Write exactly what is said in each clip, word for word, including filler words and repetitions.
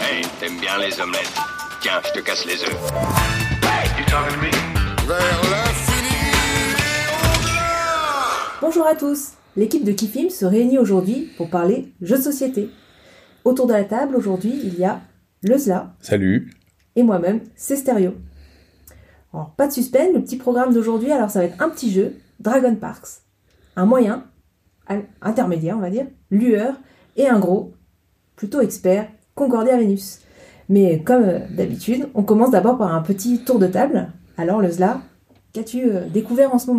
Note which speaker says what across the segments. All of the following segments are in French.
Speaker 1: Hey, t'aimes bien les omelettes? Tiens, je te casse les œufs. Hey, you talking to me?
Speaker 2: Vers l'infini et au-delà.
Speaker 3: Bonjour à tous. L'équipe de Kifim se réunit aujourd'hui pour parler jeux de société. Autour de la table, aujourd'hui, il y a Lezla.
Speaker 4: Salut.
Speaker 3: Et moi-même, c'est Stéréo. Alors, pas de suspense, le petit programme d'aujourd'hui, alors ça va être un petit jeu, Dragon Parks. Un moyen, intermédiaire on va dire, lueur, et un gros, plutôt expert, Concordia Venus. Mais comme euh, d'habitude, on commence d'abord par un petit tour de table. Alors Lezla, qu'as-tu euh, découvert en ce moment ?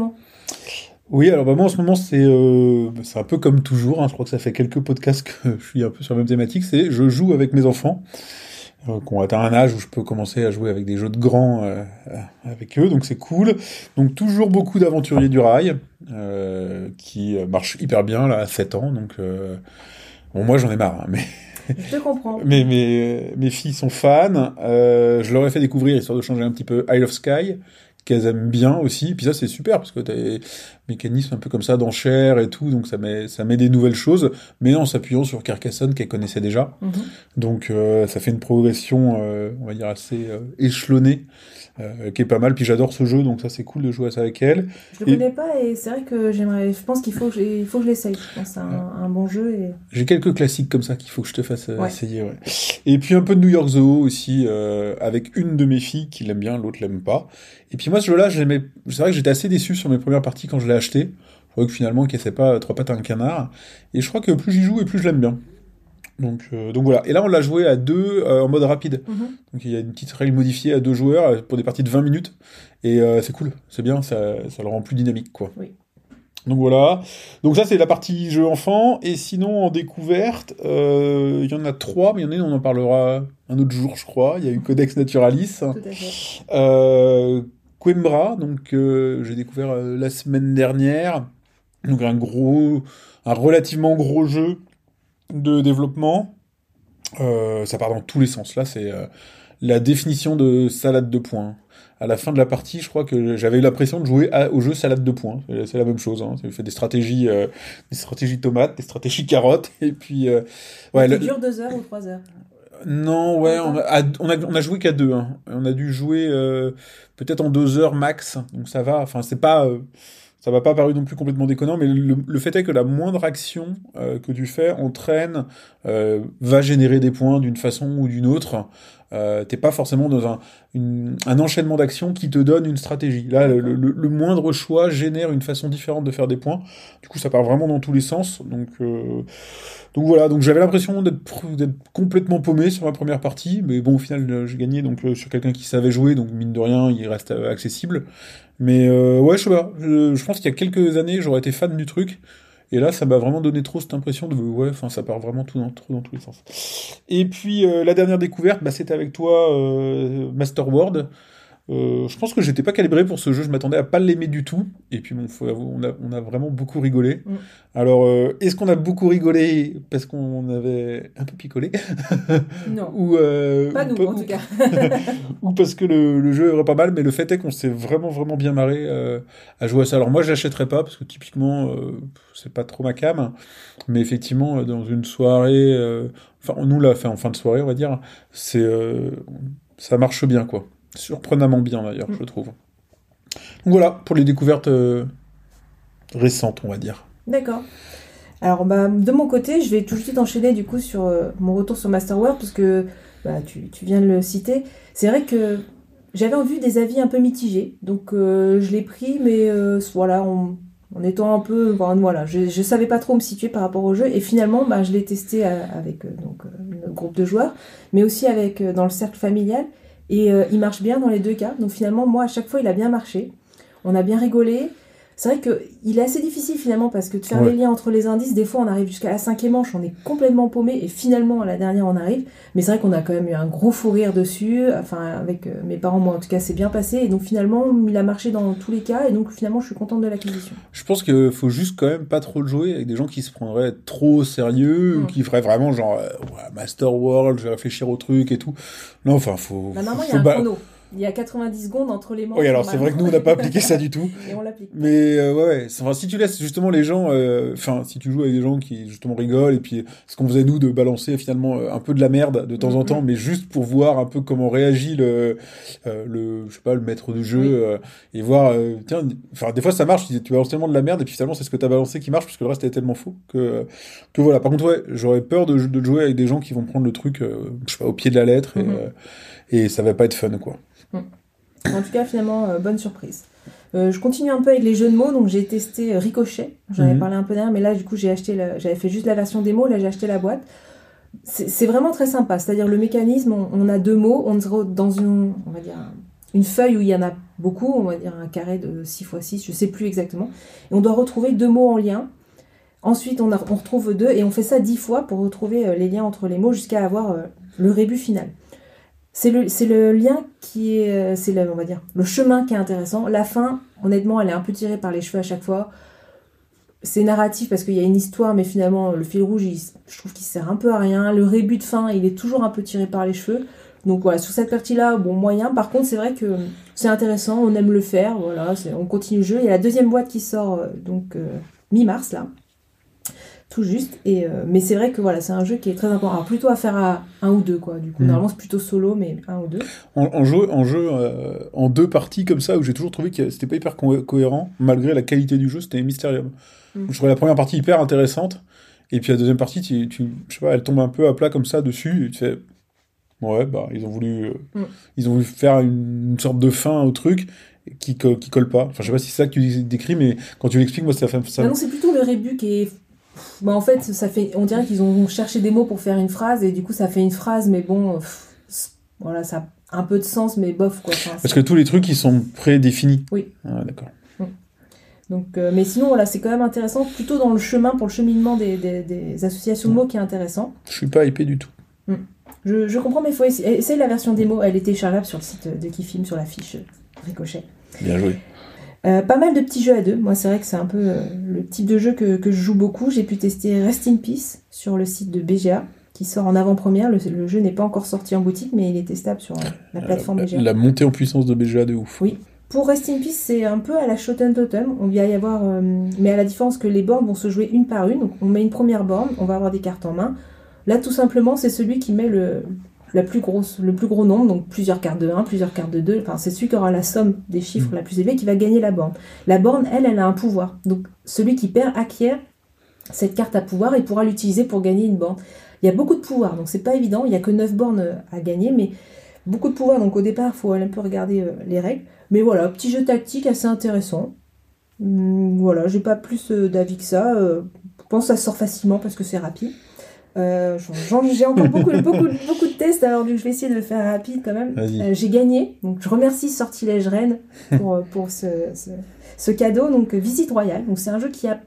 Speaker 4: Oui, alors bah, moi en ce moment c'est euh, c'est un peu comme toujours, hein, je crois que ça fait quelques podcasts que je suis un peu sur la même thématique, c'est je joue avec mes enfants, euh, qui ont atteint un âge où je peux commencer à jouer avec des jeux de grands euh, avec eux, donc c'est cool. Donc toujours beaucoup d'aventuriers du rail, euh, qui marchent hyper bien là à sept ans, donc euh, bon moi j'en ai marre, hein, mais...
Speaker 3: Je te comprends.
Speaker 4: Mais mes, mes filles sont fans, euh, je leur ai fait découvrir, histoire de changer un petit peu, Isle of Skye, qu'elles aiment bien aussi, puis ça c'est super, parce que t'as des mécanismes un peu comme ça d'enchères et tout, donc ça met, ça met des nouvelles choses, mais en s'appuyant sur Carcassonne qu'elles connaissaient déjà,
Speaker 3: Mm-hmm.
Speaker 4: donc euh, ça fait une progression, euh, on va dire, assez euh, échelonnée, euh, qui est pas mal, puis j'adore ce jeu, donc ça c'est cool de jouer à ça avec elles.
Speaker 3: Je le
Speaker 4: Et...
Speaker 3: connais pas et c'est vrai que j'aimerais, je pense qu'il faut que je, il faut que je l'essaye, je pense que c'est un, un bon jeu. Et...
Speaker 4: J'ai quelques classiques comme ça qu'il faut que je te fasse euh,
Speaker 3: Ouais.
Speaker 4: essayer, ouais. Et puis un peu de New York Zoo aussi, euh, avec une de mes filles qui l'aime bien, l'autre l'aime pas. Et puis moi ce jeu-là, j'aimais... c'est vrai que j'étais assez déçu sur mes premières parties quand je l'ai acheté. Je crois que finalement il cassait pas trois pattes à un canard. Et je crois que plus j'y joue et plus je l'aime bien. Donc, euh, donc voilà. Et là on l'a joué à deux euh, en mode rapide.
Speaker 3: Mm-hmm.
Speaker 4: Donc il y a une petite règle modifiée à deux joueurs euh, pour des parties de vingt minutes. Et euh, c'est cool, c'est bien, ça, ça le rend plus dynamique, quoi.
Speaker 3: Oui.
Speaker 4: Donc voilà. Donc ça c'est la partie jeu enfant. Et sinon en découverte, euh, il y en a trois, mais il y en a une on en parlera un autre jour je crois. Il y a eu Codex Naturalis.
Speaker 3: Tout à fait.
Speaker 4: Euh, Coimbra, donc euh, j'ai découvert euh, la semaine dernière. Donc un gros, un relativement gros jeu de développement. Euh, ça part dans tous les sens. Là c'est euh, la définition de salade de points. À la fin de la partie, je crois que j'avais eu l'impression de jouer à, au jeu salade de points. C'est, c'est la même chose. Hein. Ça fait des stratégies, euh, des stratégies tomates, des stratégies carottes, et puis euh,
Speaker 3: ouais.
Speaker 4: le...
Speaker 3: Ça dure deux heures ou trois heures.
Speaker 4: Non, ouais, on a, on a, on a joué qu'à deux. Hein. On a dû jouer euh, peut-être en deux heures max. Donc ça va. Enfin, c'est pas, euh, ça m'a pas paru non plus complètement déconnant, mais le, le fait est que la moindre action euh, que tu fais entraîne, euh, va générer des points d'une façon ou d'une autre. Euh, t'es pas forcément dans un, une, un enchaînement d'actions qui te donne une stratégie. Là, le, le, le moindre choix génère une façon différente de faire des points. Du coup, ça part vraiment dans tous les sens. Donc, euh, donc voilà. Donc j'avais l'impression d'être, d'être complètement paumé sur ma première partie, mais bon, au final, j'ai gagné donc euh, sur quelqu'un qui savait jouer. Donc mine de rien, il reste euh, accessible. Mais euh, ouais, je sais pas. Je, je pense qu'il y a quelques années, j'aurais été fan du truc. Et là, ça m'a vraiment donné trop cette impression de... Ouais, enfin, ça part vraiment tout dans, trop dans tous les sens. Et puis, euh, la dernière découverte, bah, c'était avec toi, euh, Master World. Euh, je pense que j'étais pas calibré pour ce jeu, je m'attendais à pas l'aimer du tout. Et puis, bon, faut avouer, on a, on a vraiment beaucoup rigolé. Mm. Alors, euh, est-ce qu'on a beaucoup rigolé parce qu'on avait un peu picolé?
Speaker 3: Non.
Speaker 4: Ou, euh,
Speaker 3: pas
Speaker 4: ou
Speaker 3: nous,
Speaker 4: pas,
Speaker 3: en tout cas.
Speaker 4: Ou parce que le, le jeu est pas mal, mais le fait est qu'on s'est vraiment, vraiment bien marré euh, à jouer à ça. Alors, moi, je l'achèterais pas parce que typiquement, euh, c'est pas trop ma cam. Mais effectivement, dans une soirée, euh, enfin, on nous l'a fait en fin de soirée, on va dire, c'est, euh, ça marche bien, quoi. Surprenamment bien d'ailleurs, mmh. je trouve. Donc voilà, pour les découvertes euh, récentes, on va dire.
Speaker 3: D'accord. Alors, bah, de mon côté, je vais tout de suite enchaîner du coup sur euh, mon retour sur Master World, parce que bah, tu, tu viens de le citer. C'est vrai que j'avais vu des avis un peu mitigés, donc euh, je l'ai pris, mais euh, voilà, on, en étant un peu... Bon, voilà, je ne savais pas trop me situer par rapport au jeu, et finalement, bah, je l'ai testé avec euh, donc, un groupe de joueurs, mais aussi avec, euh, dans le cercle familial. Et euh, il marche bien dans les deux cas. Donc finalement, moi, à chaque fois, il a bien marché. On a bien rigolé. C'est vrai qu'il est assez difficile finalement parce que de faire ouais. les liens entre les indices, des fois on arrive jusqu'à la cinquième manche, on est complètement paumé et finalement à la dernière on arrive. Mais c'est vrai qu'on a quand même eu un gros fou rire dessus. Enfin, avec euh, mes parents, moi en tout cas, c'est bien passé. Et donc finalement, il a marché dans tous les cas. Et donc finalement, je suis contente de l'acquisition.
Speaker 4: Je pense qu'il faut juste quand même pas trop le jouer avec des gens qui se prendraient trop au sérieux, mmh. ou qui feraient vraiment genre euh, ouais, Master World, je vais réfléchir au truc et tout. Non, enfin, faut.
Speaker 3: Bah, normalement, il y
Speaker 4: faut
Speaker 3: a un
Speaker 4: ba-
Speaker 3: chrono. Il y a quatre-vingt-dix secondes entre les manches.
Speaker 4: Oui, alors c'est vrai que nous, on n'a pas appliqué ça du tout.
Speaker 3: Et on l'applique.
Speaker 4: Mais euh, ouais, ouais. Enfin, si tu laisses justement les gens, enfin, euh, si tu joues avec des gens qui justement rigolent, et puis ce qu'on faisait nous de balancer finalement un peu de la merde de temps mm-hmm. en temps, mais juste pour voir un peu comment réagit le, euh, le je sais pas, le maître de jeu, oui. euh, et voir, euh, tiens, enfin, des fois ça marche, tu balances tellement de la merde, et puis finalement c'est ce que t'as balancé qui marche, parce que le reste est tellement faux, que, que voilà. Par contre, ouais, j'aurais peur de, de jouer avec des gens qui vont prendre le truc, euh, je sais pas, au pied de la lettre, mm-hmm. et, euh, et ça va pas être fun, quoi.
Speaker 3: Mm. En tout cas, finalement, euh, bonne surprise. Euh, je continue un peu avec les jeux de mots, donc j'ai testé euh, Ricochet, j'en avais mmh. parlé un peu derrière, mais là, du coup, j'ai acheté la... j'avais fait juste la version démo, là, j'ai acheté la boîte. C'est, c'est vraiment très sympa, c'est-à-dire le mécanisme, on, on a deux mots, on est dans une, on va dire, une feuille où il y en a beaucoup, on va dire un carré de six par six, je sais plus exactement, et on doit retrouver deux mots en lien. Ensuite, on, a, on retrouve deux, et on fait ça dix fois pour retrouver euh, les liens entre les mots jusqu'à avoir euh, le rébut final. C'est le, c'est le lien qui est, c'est le, on va dire, le chemin qui est intéressant. La fin, honnêtement, elle est un peu tirée par les cheveux à chaque fois. C'est narratif parce qu'il y a une histoire, mais finalement, le fil rouge, il, je trouve qu'il sert un peu à rien. Le rébut de fin, il est toujours un peu tiré par les cheveux. Donc voilà, sur cette partie-là, bon, moyen. Par contre, c'est vrai que c'est intéressant, on aime le faire, voilà, c'est, on continue le jeu. Il y a la deuxième boîte qui sort, euh, donc, euh, mi-mars, là. Tout juste, et euh, mais c'est vrai que voilà, c'est un jeu qui est très important. Alors plutôt à faire à un ou deux, quoi. Du coup, mmh. normalement c'est plutôt solo, mais un ou deux.
Speaker 4: En, en jeu, en jeu, euh, en deux parties comme ça, où j'ai toujours trouvé que c'était pas hyper co- cohérent, malgré la qualité du jeu, c'était Mysterium. Mmh. Je trouvais la première partie hyper intéressante, et puis la deuxième partie, tu, tu, je sais pas, elle tombe un peu à plat comme ça dessus, et tu fais, ouais, bah ils ont voulu, euh, mmh. ils ont voulu faire une, une sorte de fin au truc. Qui, co- qui colle pas. Enfin, je sais pas si c'est ça que tu décris, mais quand tu l'expliques, moi ça fait ça.
Speaker 3: Non, non, c'est plutôt le rébut qui est. Bah en fait, ça fait, on dirait qu'ils ont cherché des mots pour faire une phrase, et du coup, ça fait une phrase, mais bon, pff, voilà, ça a un peu de sens, mais bof, quoi. Enfin,
Speaker 4: Parce que tous les trucs, ils sont prédéfinis.
Speaker 3: Oui.
Speaker 4: Ah, d'accord.
Speaker 3: Mmh. Donc, euh, mais sinon, voilà, c'est quand même intéressant, plutôt dans le chemin, pour le cheminement des, des, des associations de mots qui est intéressant.
Speaker 4: Je suis pas hypé du tout.
Speaker 3: Mmh. Je, je comprends, mais il faut essayer. Essaye la version démo, elle est téléchargeable sur le site de Kifim, sur la fiche Ricochet.
Speaker 4: Bien joué.
Speaker 3: Euh, pas mal de petits jeux à deux. Moi, c'est vrai que c'est un peu euh, le type de jeu que, que je joue beaucoup. J'ai pu tester Rest in Peace sur le site de B G A, qui sort en avant-première. Le, le jeu n'est pas encore sorti en boutique, mais il est testable sur euh, la plateforme
Speaker 4: euh,
Speaker 3: B G A.
Speaker 4: La montée en puissance de B G A de ouf.
Speaker 3: Oui. Pour Rest in Peace, c'est un peu à la Shoten Totem. On va y avoir, euh, mais à la différence que les bornes vont se jouer une par une. Donc, on met une première borne, on va avoir des cartes en main. Là, tout simplement, c'est celui qui met le... La plus grosse, le plus gros nombre, donc plusieurs cartes de un, plusieurs cartes de deux, enfin c'est celui qui aura la somme des chiffres mmh. la plus élevée qui va gagner la borne. La borne, elle, elle a un pouvoir. Donc celui qui perd acquiert cette carte à pouvoir et pourra l'utiliser pour gagner une borne. Il y a beaucoup de pouvoir, donc c'est pas évident, il n'y a que neuf bornes à gagner, mais beaucoup de pouvoir, donc au départ, il faut un peu regarder euh, les règles. Mais voilà, petit jeu tactique assez intéressant. Hum, voilà, j'ai pas plus euh, d'avis que ça. Euh, je pense que ça sort facilement parce que c'est rapide. Euh, j'en, j'ai encore beaucoup, beaucoup, beaucoup de tests, alors je vais essayer de le faire rapide quand même. Euh, j'ai gagné, donc je remercie Sortilège Rennes pour, pour ce, ce, ce cadeau. Donc Visite Royale, donc c'est un jeu qui a,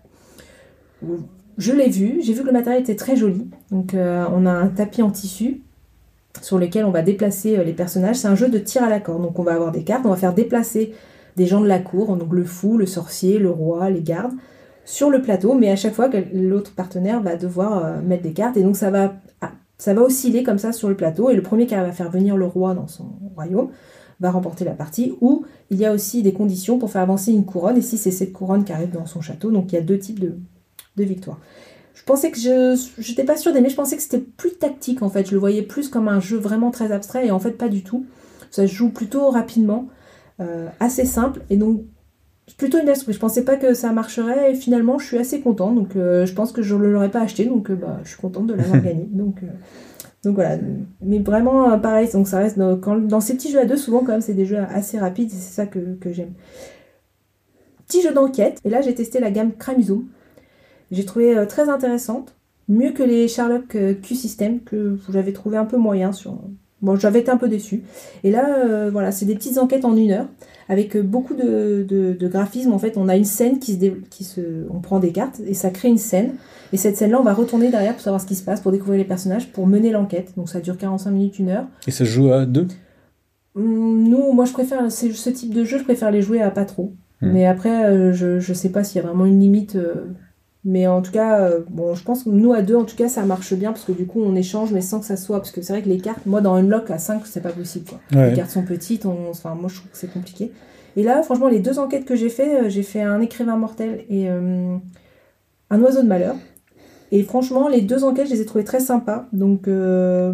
Speaker 3: je l'ai vu, j'ai vu que le matériel était très joli. Donc euh, on a un tapis en tissu sur lequel on va déplacer les personnages. C'est un jeu de tir à la corde, donc on va avoir des cartes, on va faire déplacer des gens de la cour, donc le fou, le sorcier, le roi, les gardes, sur le plateau, mais à chaque fois que l'autre partenaire va devoir euh, mettre des cartes, et donc ça va, ah, ça va osciller comme ça sur le plateau, et le premier qui va faire venir le roi dans son royaume va remporter la partie, ou il y a aussi des conditions pour faire avancer une couronne, et si c'est cette couronne qui arrive dans son château, donc il y a deux types de, de victoires. Je pensais que je j'étais pas sûre d'aimer, je pensais que c'était plus tactique en fait, je le voyais plus comme un jeu vraiment très abstrait, et en fait pas du tout, ça se joue plutôt rapidement, euh, assez simple, et donc plutôt une esprit. Je pensais pas que ça marcherait et finalement je suis assez contente, donc euh, je pense que je ne l'aurais pas acheté, donc euh, bah, je suis contente de l'avoir gagné. Donc, euh, donc voilà, mais vraiment euh, pareil, donc ça reste dans, quand, dans ces petits jeux à deux, souvent quand même c'est des jeux assez rapides et c'est ça que, que j'aime. Petit jeu d'enquête, et là j'ai testé la gamme Crime Zoom. J'ai trouvé euh, très intéressante, mieux que les Sherlock euh, Q-System que j'avais trouvé un peu moyen sur... Bon, j'avais été un peu déçue. Et là, euh, voilà, c'est des petites enquêtes en une heure, avec beaucoup de, de, de graphismes. En fait, on a une scène qui se, dé... qui se... On prend des cartes, et ça crée une scène. Et cette scène-là, on va retourner derrière pour savoir ce qui se passe, pour découvrir les personnages, pour mener l'enquête. Donc ça dure quarante-cinq minutes, une heure.
Speaker 4: Et ça se joue à deux ?
Speaker 3: Nous, moi, je préfère... C'est ce type de jeu, je préfère les jouer à pas trop. Mmh. Mais après, euh, je, je sais pas s'il y a vraiment une limite... Euh... Mais en tout cas, euh, bon, je pense que nous à deux, en tout cas, ça marche bien parce que du coup, on échange, mais sans que ça soit. Parce que c'est vrai que les cartes, moi, dans Unlock à cinq, c'est pas possible, quoi.
Speaker 4: Ouais.
Speaker 3: Les cartes sont petites, on... enfin, moi, je trouve que c'est compliqué. Et là, franchement, les deux enquêtes que j'ai fait, euh, j'ai fait un écrivain mortel et euh, un oiseau de malheur. Et franchement, les deux enquêtes, je les ai trouvées très sympas. Donc, euh,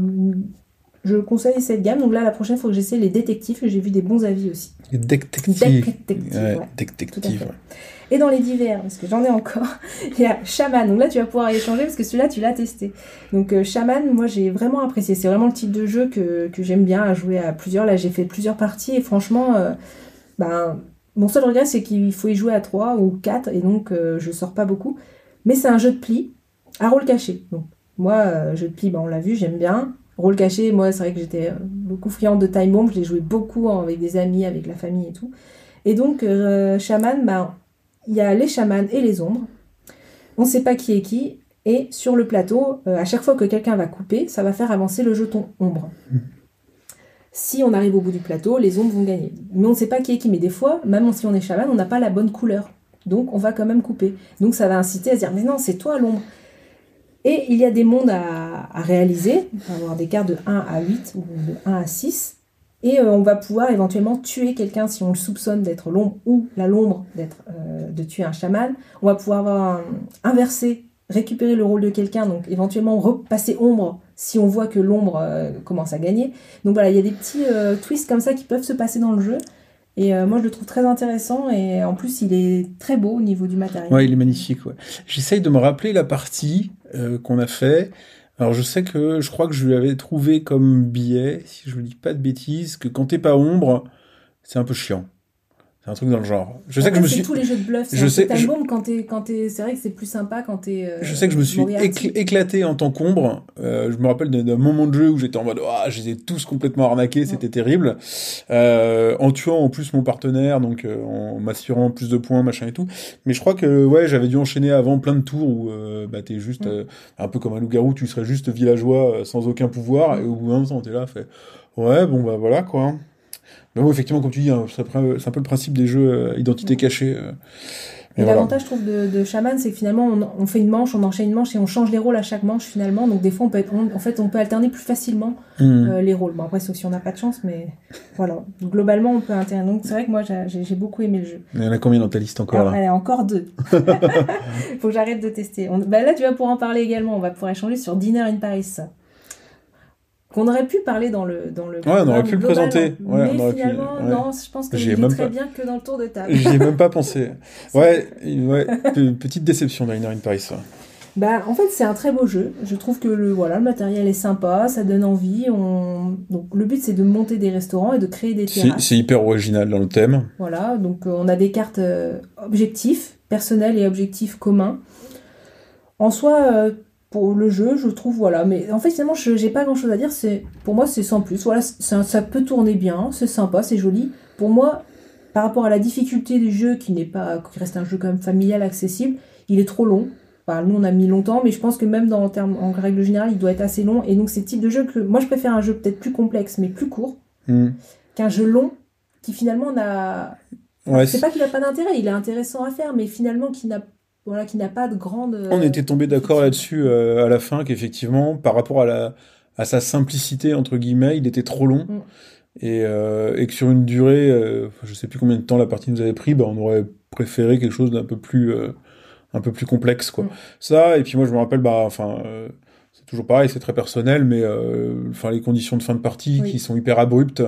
Speaker 3: je conseille cette gamme. Donc là, la prochaine, il faut que j'essaie les détectives. J'ai vu des bons avis aussi.
Speaker 4: Les détectives.
Speaker 3: Détectives,
Speaker 4: Ouais,
Speaker 3: ouais.
Speaker 4: détectives,
Speaker 3: Tout à fait.
Speaker 4: ouais.
Speaker 3: Et dans les divers, parce que j'en ai encore, il y a Shaman. Donc là, tu vas pouvoir échanger parce que celui-là, tu l'as testé. Donc euh, Shaman, moi, j'ai vraiment apprécié. C'est vraiment le type de jeu que, que j'aime bien à jouer à plusieurs. Là, j'ai fait plusieurs parties et franchement, euh, ben, mon seul regret, c'est qu'il faut y jouer à trois ou quatre et donc euh, je sors pas beaucoup. Mais c'est un jeu de pli à rôle caché. Donc moi, euh, jeu de pli, ben, on l'a vu, j'aime bien. Rôle caché, moi, c'est vrai que j'étais beaucoup friande de Time Bomb. Je l'ai joué beaucoup hein, avec des amis, avec la famille et tout. Et donc, euh, Shaman, ben, il y a les chamans et les ombres. On ne sait pas qui est qui. Et sur le plateau, euh, à chaque fois que quelqu'un va couper, ça va faire avancer le jeton ombre. Mmh. Si on arrive au bout du plateau, les ombres vont gagner. Mais on ne sait pas qui est qui. Mais des fois, même si on est chaman, on n'a pas la bonne couleur. Donc, on va quand même couper. Donc, ça va inciter à se dire, mais non, c'est toi l'ombre. Et il y a des mondes à, à réaliser. On va avoir des cartes de un à huit ou de un à six. Et euh, on va pouvoir éventuellement tuer quelqu'un si on le soupçonne d'être l'ombre ou la l'ombre d'être, euh, de tuer un chaman. On va pouvoir avoir un, inverser, récupérer le rôle de quelqu'un, donc éventuellement repasser ombre si on voit que l'ombre euh, commence à gagner. Donc voilà, il y a des petits euh, twists comme ça qui peuvent se passer dans le jeu. Et euh, moi, je le trouve très intéressant et en plus, il est très beau au niveau du matériel.
Speaker 4: Ouais, il est magnifique. Ouais. J'essaye de me rappeler la partie euh, qu'on a fait. Alors je sais que je crois que je lui avais trouvé comme billet, si je ne dis pas de bêtises, que quand t'es pas ombre, c'est un peu chiant. C'est un truc dans le genre. Je sais
Speaker 3: en
Speaker 4: que
Speaker 3: fait,
Speaker 4: je me
Speaker 3: c'est
Speaker 4: suis.
Speaker 3: tous les jeux de bluff. C'est
Speaker 4: je sais.
Speaker 3: Time
Speaker 4: Je...
Speaker 3: Bomb quand t'es, quand t'es. C'est vrai que c'est plus sympa quand t'es. Euh,
Speaker 4: je sais que je me suis écl- éclaté en tant qu'ombre. Euh, je me rappelle d'un, d'un moment de jeu où j'étais en mode, ah, oh, je les ai tous complètement arnaqués, ouais. C'était terrible. Euh, en tuant en plus mon partenaire, donc euh, en m'assurant plus de points, machin et tout. Mais je crois que ouais, j'avais dû enchaîner avant plein de tours où euh, bah t'es juste euh, un peu comme un loup-garou, tu serais juste villageois euh, sans aucun pouvoir, mm. Et au bout d'un temps t'es là, fait ouais, bon bah voilà quoi. Mais bon, effectivement, comme tu dis, hein, c'est, un, c'est un peu le principe des jeux euh, identité cachée. Euh,
Speaker 3: et voilà. L'avantage, je trouve, de, de Shaman, c'est que finalement, on, on fait une manche, on enchaîne une manche et on change les rôles à chaque manche, finalement. Donc, des fois, on peut être, on, en fait, on peut alterner plus facilement mmh. euh, les rôles. Bon, après, sauf si on n'a pas de chance, mais voilà. Donc, globalement, on peut alterner. Donc, c'est vrai que moi, j'ai, j'ai beaucoup aimé le jeu.
Speaker 4: Il y en a combien dans ta liste encore?
Speaker 3: Alors, là allez, encore deux. Faut que j'arrête de tester. On, bah, là, tu vas pouvoir en parler également. On va pouvoir échanger sur Dinner in Paris. Qu'on aurait pu parler dans le dans le
Speaker 4: ouais, on aurait pu le
Speaker 3: global,
Speaker 4: présenter. Ouais,
Speaker 3: mais
Speaker 4: on aurait
Speaker 3: finalement,
Speaker 4: pu, ouais.
Speaker 3: non, je pense que
Speaker 4: J'y
Speaker 3: il est très
Speaker 4: pas...
Speaker 3: bien que dans le tour de table.
Speaker 4: J'y ai même pas pensé. Ouais, ouais, petite déception Dinner in Paris. Ouais.
Speaker 3: Bah, en fait, c'est un très beau jeu. Je trouve que le voilà, le matériel est sympa, ça donne envie. On... Donc, le but, c'est de monter des restaurants et de créer des terrasses.
Speaker 4: C'est, c'est hyper original dans le thème.
Speaker 3: Voilà, donc euh, on a des cartes euh, objectifs personnels et objectifs communs. En soi. Euh, Pour le jeu, je trouve, voilà. Mais en fait, finalement, je, j'ai pas grand-chose à dire. C'est, pour moi, c'est sans plus. Voilà, ça, ça peut tourner bien, c'est sympa, c'est joli. Pour moi, par rapport à la difficulté du jeu, qui n'est pas, qui reste un jeu quand même familial, accessible, il est trop long. Enfin, nous, on a mis longtemps, mais je pense que même dans, en, termes, en règle générale, il doit être assez long. Et donc, c'est le type de jeu que... Moi, je préfère un jeu peut-être plus complexe, mais plus court, mmh. qu'un jeu long, qui finalement n'a... Ouais, c'est, c'est pas qu'il n'a pas d'intérêt, il est intéressant à faire, mais finalement, qui n'a Voilà, qui n'a pas de grande... Euh,
Speaker 4: On était tombé d'accord là-dessus euh, à la fin, qu'effectivement, par rapport à, la, à sa simplicité, entre guillemets, il était trop long. Mm. Et, euh, et que sur une durée, euh, je sais plus combien de temps la partie nous avait pris, bah, on aurait préféré quelque chose d'un peu plus, euh, un peu plus complexe, quoi. Mm. Ça, et puis moi je me rappelle, bah, enfin, euh, c'est toujours pareil, c'est très personnel, mais euh, enfin les conditions de fin de partie oui. qui sont hyper abruptes,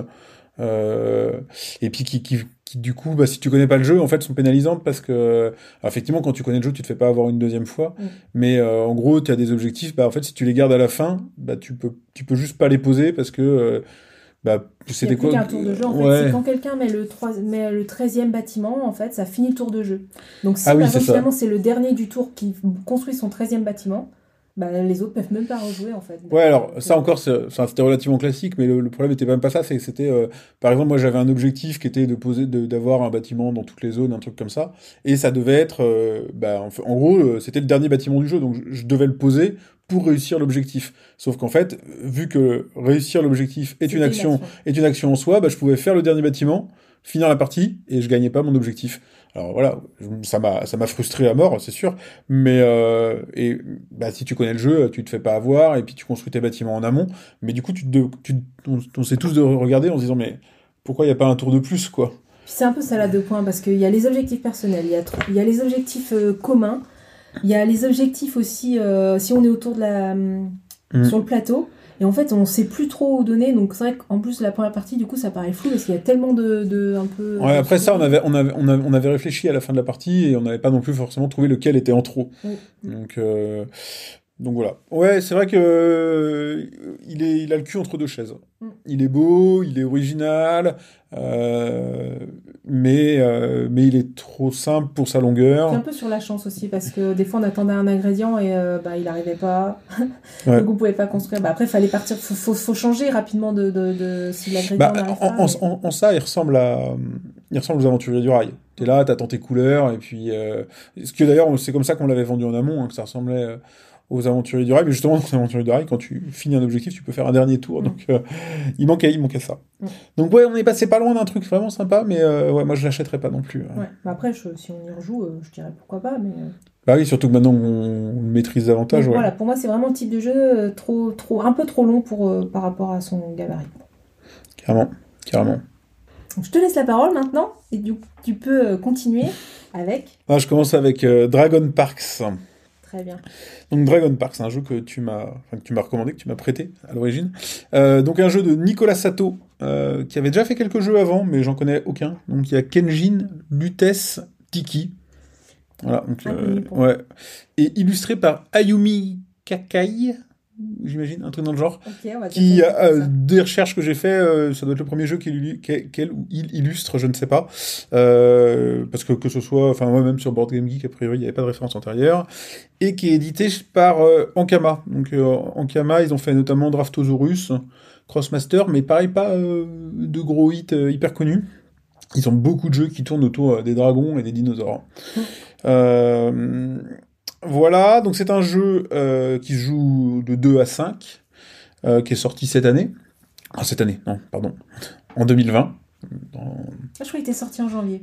Speaker 4: euh, et puis qui... qui qui du coup, bah, si tu connais pas le jeu, en fait, sont pénalisantes parce que, alors, effectivement, quand tu connais le jeu, tu te fais pas avoir une deuxième fois. Mm. Mais euh, en gros, tu as des objectifs. Bah, en fait, si tu les gardes à la fin, bah, tu peux, tu peux juste pas les poser parce que, euh, bah,
Speaker 3: c'était quoi? Il y a plus qu'un tour de jeu. En fait, ouais. C'est quand quelqu'un met le trois, met le treizième bâtiment, en fait, ça finit le tour de jeu. Donc, si ah, par oui, exemple, c'est finalement, c'est le dernier du tour qui construit son treizième bâtiment. Bah, les autres peuvent même pas rejouer en fait.
Speaker 4: Ouais, alors ça encore, c'est, enfin, c'était relativement classique, mais le, le problème était même pas ça, c'est que c'était, euh, par exemple, moi j'avais un objectif qui était de poser, de, d'avoir un bâtiment dans toutes les zones, un truc comme ça, et ça devait être, euh, bah, en, en gros, euh, c'était le dernier bâtiment du jeu, donc je, je devais le poser pour réussir l'objectif. Sauf qu'en fait, vu que réussir l'objectif est une action, une action, est une action en soi, bah, je pouvais faire le dernier bâtiment. finir la partie et je gagnais pas mon objectif. Alors voilà, ça m'a ça m'a frustré à mort, c'est sûr, mais euh, et bah si tu connais le jeu, tu te fais pas avoir et puis tu construis tes bâtiments en amont, mais du coup tu te, tu on, on s'est tous de regarder en se disant mais pourquoi il y a pas un tour de plus quoi.
Speaker 3: Puis c'est un peu ça là deux points parce qu'il y a les objectifs personnels, il y a il y a les objectifs euh, communs, il y a les objectifs aussi euh, si on est autour de la mmh. sur le plateau. Et en fait, on sait plus trop où donner, donc c'est vrai qu'en plus la première partie, du coup, ça paraît flou parce qu'il y a tellement de, de un peu.
Speaker 4: Ouais, après ça, on avait, on avait, on avait, on avait réfléchi à la fin de la partie et on n'avait pas non plus forcément trouvé lequel était en trop.
Speaker 3: Oui.
Speaker 4: Donc, euh, donc voilà. Ouais, c'est vrai que euh, il est, il a le cul entre deux chaises.
Speaker 3: Mm.
Speaker 4: Il est beau, il est original, euh, mais, euh, mais il est trop simple pour sa longueur.
Speaker 3: C'est un peu sur la chance aussi parce que des fois on attendait un ingrédient et euh, bah il n'arrivait pas.
Speaker 4: Ouais.
Speaker 3: Donc on pouvait pas construire. Bah après il fallait partir, faut, faut, faut changer rapidement de, de, de si l'ingrédient
Speaker 4: Bah,
Speaker 3: n'arrive
Speaker 4: en,
Speaker 3: pas.
Speaker 4: en,
Speaker 3: mais...
Speaker 4: en, en ça, il ressemble à, il ressemble aux Aventuriers du Rail. T'es là, t'attends tes couleurs, et puis, euh, ce que d'ailleurs, c'est comme ça qu'on l'avait vendu en amont, hein, que ça ressemblait euh, aux Aventuriers du Rail. Mais justement, dans les Aventuriers du Rail, quand tu finis un objectif, tu peux faire un dernier tour.
Speaker 3: Mm.
Speaker 4: Donc, euh, il manquait, il manquait ça.
Speaker 3: Mm.
Speaker 4: Donc, ouais, on est passé pas loin d'un truc vraiment sympa, mais euh, ouais, moi, je l'achèterais pas non plus. hein.
Speaker 3: Ouais. Bah après, je, si on y rejoue, euh, je dirais pourquoi pas, mais. euh,
Speaker 4: Bah oui, surtout que maintenant, on, on le maîtrise davantage,
Speaker 3: donc
Speaker 4: ouais.
Speaker 3: voilà, pour moi, c'est vraiment le type de jeu euh, trop, trop, un peu trop long pour euh, par rapport à son gabarit.
Speaker 4: Carrément, carrément.
Speaker 3: Donc, je te laisse la parole maintenant et du, tu peux euh, continuer avec.
Speaker 4: Ah, je commence avec euh, Dragon Parks.
Speaker 3: Très bien.
Speaker 4: Donc Dragon Park, c'est un jeu que tu m'as, enfin, que tu m'as recommandé, que tu m'as prêté à l'origine. Euh, donc un jeu de Nicolas Sato, euh, qui avait déjà fait quelques jeux avant, mais j'en connais aucun. Donc il y a Kenjin Lutes Tiki. Voilà, donc, euh, ouais. Et illustré par Ayumi Kakai, j'imagine, un truc dans le genre.
Speaker 3: Ok, on va
Speaker 4: Qui, euh,
Speaker 3: ça.
Speaker 4: des recherches que j'ai fait, euh, ça doit être le premier jeu qu'il qu'elle ou il illustre, je ne sais pas. Euh, parce que que ce soit, enfin moi-même sur Board Game Geek, a priori, il n'y avait pas de référence antérieure. Et qui est édité par euh, Ankama. Donc euh, Ankama, ils ont fait notamment Draftosaurus, Crossmaster, mais pareil, pas euh, de gros hits euh, hyper connus. Ils ont beaucoup de jeux qui tournent autour euh, des dragons et des dinosaures. Mmh. Euh, voilà, donc c'est un jeu euh, qui se joue de deux à cinq, euh, qui est sorti cette année. Ah, cette année, non, pardon. En deux mille vingt. Dans...
Speaker 3: Ah, je crois qu'il était sorti en janvier.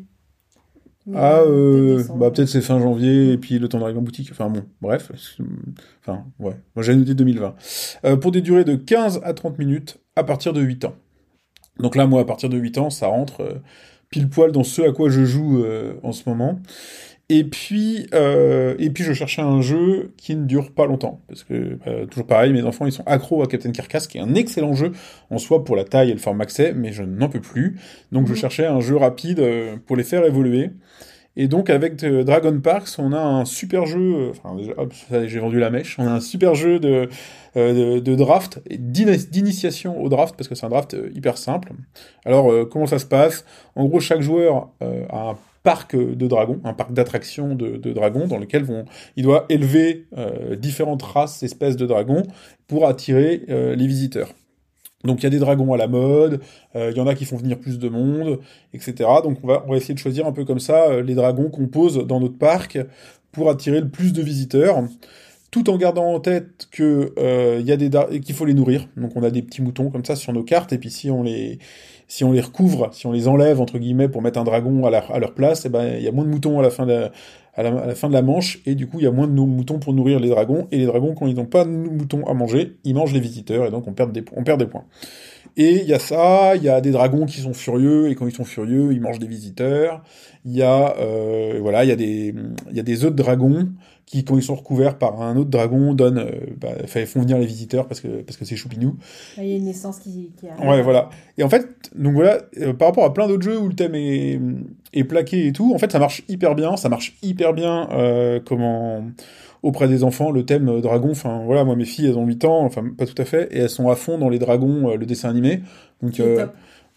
Speaker 4: Mais ah, euh, peut bah peut-être c'est fin janvier, et puis le temps d'arriver en boutique. Enfin bon, bref. Enfin, ouais. Moi j'ai noté deux mille vingt. Euh, pour des durées de quinze à trente minutes, à partir de huit ans. Donc là, moi, à partir de huit ans, ça rentre euh, pile poil dans ce à quoi je joue euh, en ce moment. Et puis, euh, et puis je cherchais un jeu qui ne dure pas longtemps, parce que euh, toujours pareil, mes enfants ils sont accros à Captain Carcass, qui est un excellent jeu en soi pour la taille et le format accès, mais je n'en peux plus. Donc mmh. je cherchais un jeu rapide euh, pour les faire évoluer. Et donc avec euh, Dragon Parks, on a un super jeu. Euh, enfin, déjà, hop, ça, j'ai vendu la mèche. On a un super jeu de euh, de, de draft et d'initiation au draft, parce que c'est un draft euh, hyper simple. Alors euh, comment ça se passe ? En gros, chaque joueur euh, a un parc de dragons, un parc d'attractions de, de dragons dans lequel vont, il doit élever euh, différentes races, espèces de dragons pour attirer euh, les visiteurs. Donc il y a des dragons à la mode, euh, il y en a qui font venir plus de monde, et cetera. Donc on va, on va essayer de choisir un peu comme ça euh, les dragons qu'on pose dans notre parc pour attirer le plus de visiteurs, tout en gardant en tête que euh, il y a des da- qu'il faut les nourrir. Donc on a des petits moutons comme ça sur nos cartes, et puis si on les si on les recouvre, si on les enlève entre guillemets pour mettre un dragon à, la, à leur place, et ben il y a moins de moutons à la fin de la, à la, à la fin de la manche, et du coup il y a moins de moutons pour nourrir les dragons, et les dragons quand ils n'ont pas de moutons à manger, ils mangent les visiteurs, et donc on perd des on perd des points. Et il y a ça, il y a des dragons qui sont furieux, et quand ils sont furieux, ils mangent des visiteurs. Il y a euh, voilà, il y a des il y a des œufs de dragons qui, quand ils sont recouverts par un autre dragon, donnent, euh, bah, font venir les visiteurs parce que parce que c'est choupinou.
Speaker 3: Il y a une naissance qui, qui arrive.
Speaker 4: Ouais, voilà. Et en fait, donc voilà, euh, par rapport à plein d'autres jeux où le thème est, est plaqué et tout, en fait, ça marche hyper bien. Ça marche hyper bien euh, comment auprès des enfants, le thème euh, dragon. Enfin, voilà, moi, mes filles, elles ont huit ans, enfin, pas tout à fait, et elles sont à fond dans les dragons, euh, le dessin animé. Donc, euh,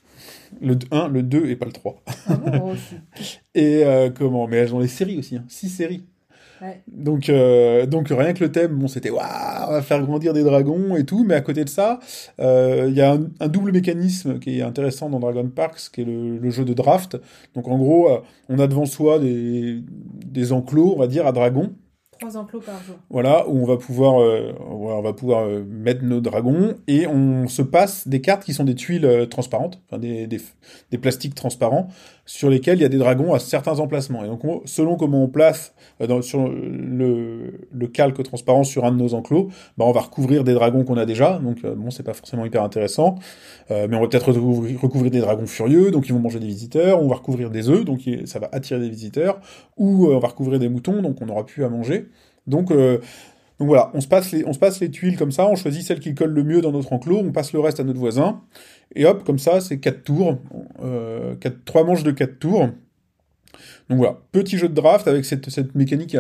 Speaker 4: le un, le deux et pas le trois.
Speaker 3: Ah bon, aussi.
Speaker 4: Et euh, comment mais elles ont les séries aussi, hein, six séries.
Speaker 3: Ouais.
Speaker 4: Donc, euh, donc rien que le thème, bon, c'était waouh, on va faire grandir des dragons et tout, mais à côté de ça, il euh, y a un, un double mécanisme qui est intéressant dans Dragon Parks, qui est le, le jeu de draft. Donc en gros, euh, on a devant soi des, des enclos, on va dire, à dragons.
Speaker 3: Trois enclos par jour.
Speaker 4: Voilà, où on va pouvoir, euh, on va pouvoir euh, mettre nos dragons et on se passe des cartes qui sont des tuiles euh, transparentes, enfin des, des, des plastiques transparents sur lesquels il y a des dragons à certains emplacements. Et donc, on, selon comment on place euh, dans, sur le, le calque transparent sur un de nos enclos, bah, on va recouvrir des dragons qu'on a déjà. Donc, euh, bon, c'est pas forcément hyper intéressant, euh, mais on va peut-être recouvrir, recouvrir des dragons furieux, donc ils vont manger des visiteurs. On va recouvrir des œufs, donc ça va attirer des visiteurs. Ou euh, on va recouvrir des moutons, donc on n'aura plus à manger. Donc, euh, donc voilà, on se, passe les, on se passe les tuiles comme ça, on choisit celle qui colle le mieux dans notre enclos, on passe le reste à notre voisin, et hop, comme ça, c'est quatre tours, euh, quatre, trois manches de quatre tours. Donc voilà, petit jeu de draft avec cette, cette mécanique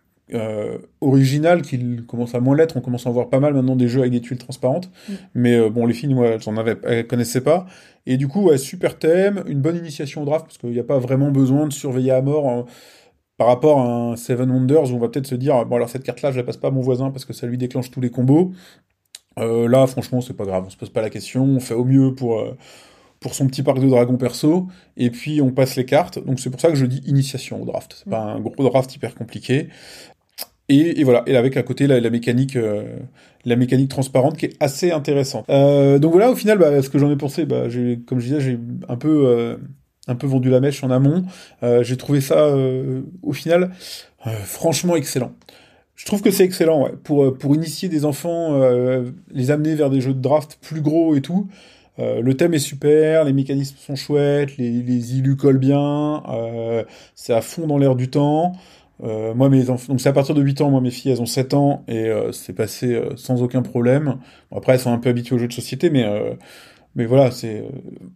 Speaker 4: euh, originale qui commence à moins l'être, on commence à en voir pas mal maintenant des jeux avec des tuiles transparentes, mmh. mais euh, bon, les filles, moi, elles en avaient, elles connaissaient pas, et du coup, ouais, super thème, une bonne initiation au draft, parce qu'il n'y a pas vraiment besoin de surveiller à mort... Hein, par rapport à un Seven Wonders où on va peut-être se dire bon alors cette carte-là je la passe pas à mon voisin parce que ça lui déclenche tous les combos. Euh, là franchement c'est pas grave, on se pose pas la question, on fait au mieux pour euh, pour son petit parc de dragons perso et puis on passe les cartes. Donc c'est pour ça que je dis initiation au draft. C'est pas un gros draft hyper compliqué. Et, et voilà, et avec à côté la, la mécanique, euh, la mécanique transparente qui est assez intéressante. Euh, donc voilà, au final, bah, ce que j'en ai pensé, bah, j'ai, comme je disais, j'ai un peu euh, un peu vendu la mèche en amont. Euh, j'ai trouvé ça, euh, au final, euh, franchement excellent. Je trouve que c'est excellent, ouais, pour, pour initier des enfants, euh, les amener vers des jeux de draft plus gros et tout. Euh, le thème est super, les mécanismes sont chouettes, les, les illus collent bien, euh, c'est à fond dans l'air du temps. Euh, moi, mes enfants, donc c'est à partir de huit ans, moi mes filles elles ont sept ans et euh, c'est passé euh, sans aucun problème. Bon, après elles sont un peu habituées aux jeux de société, mais, euh, mais voilà, c'est... Euh,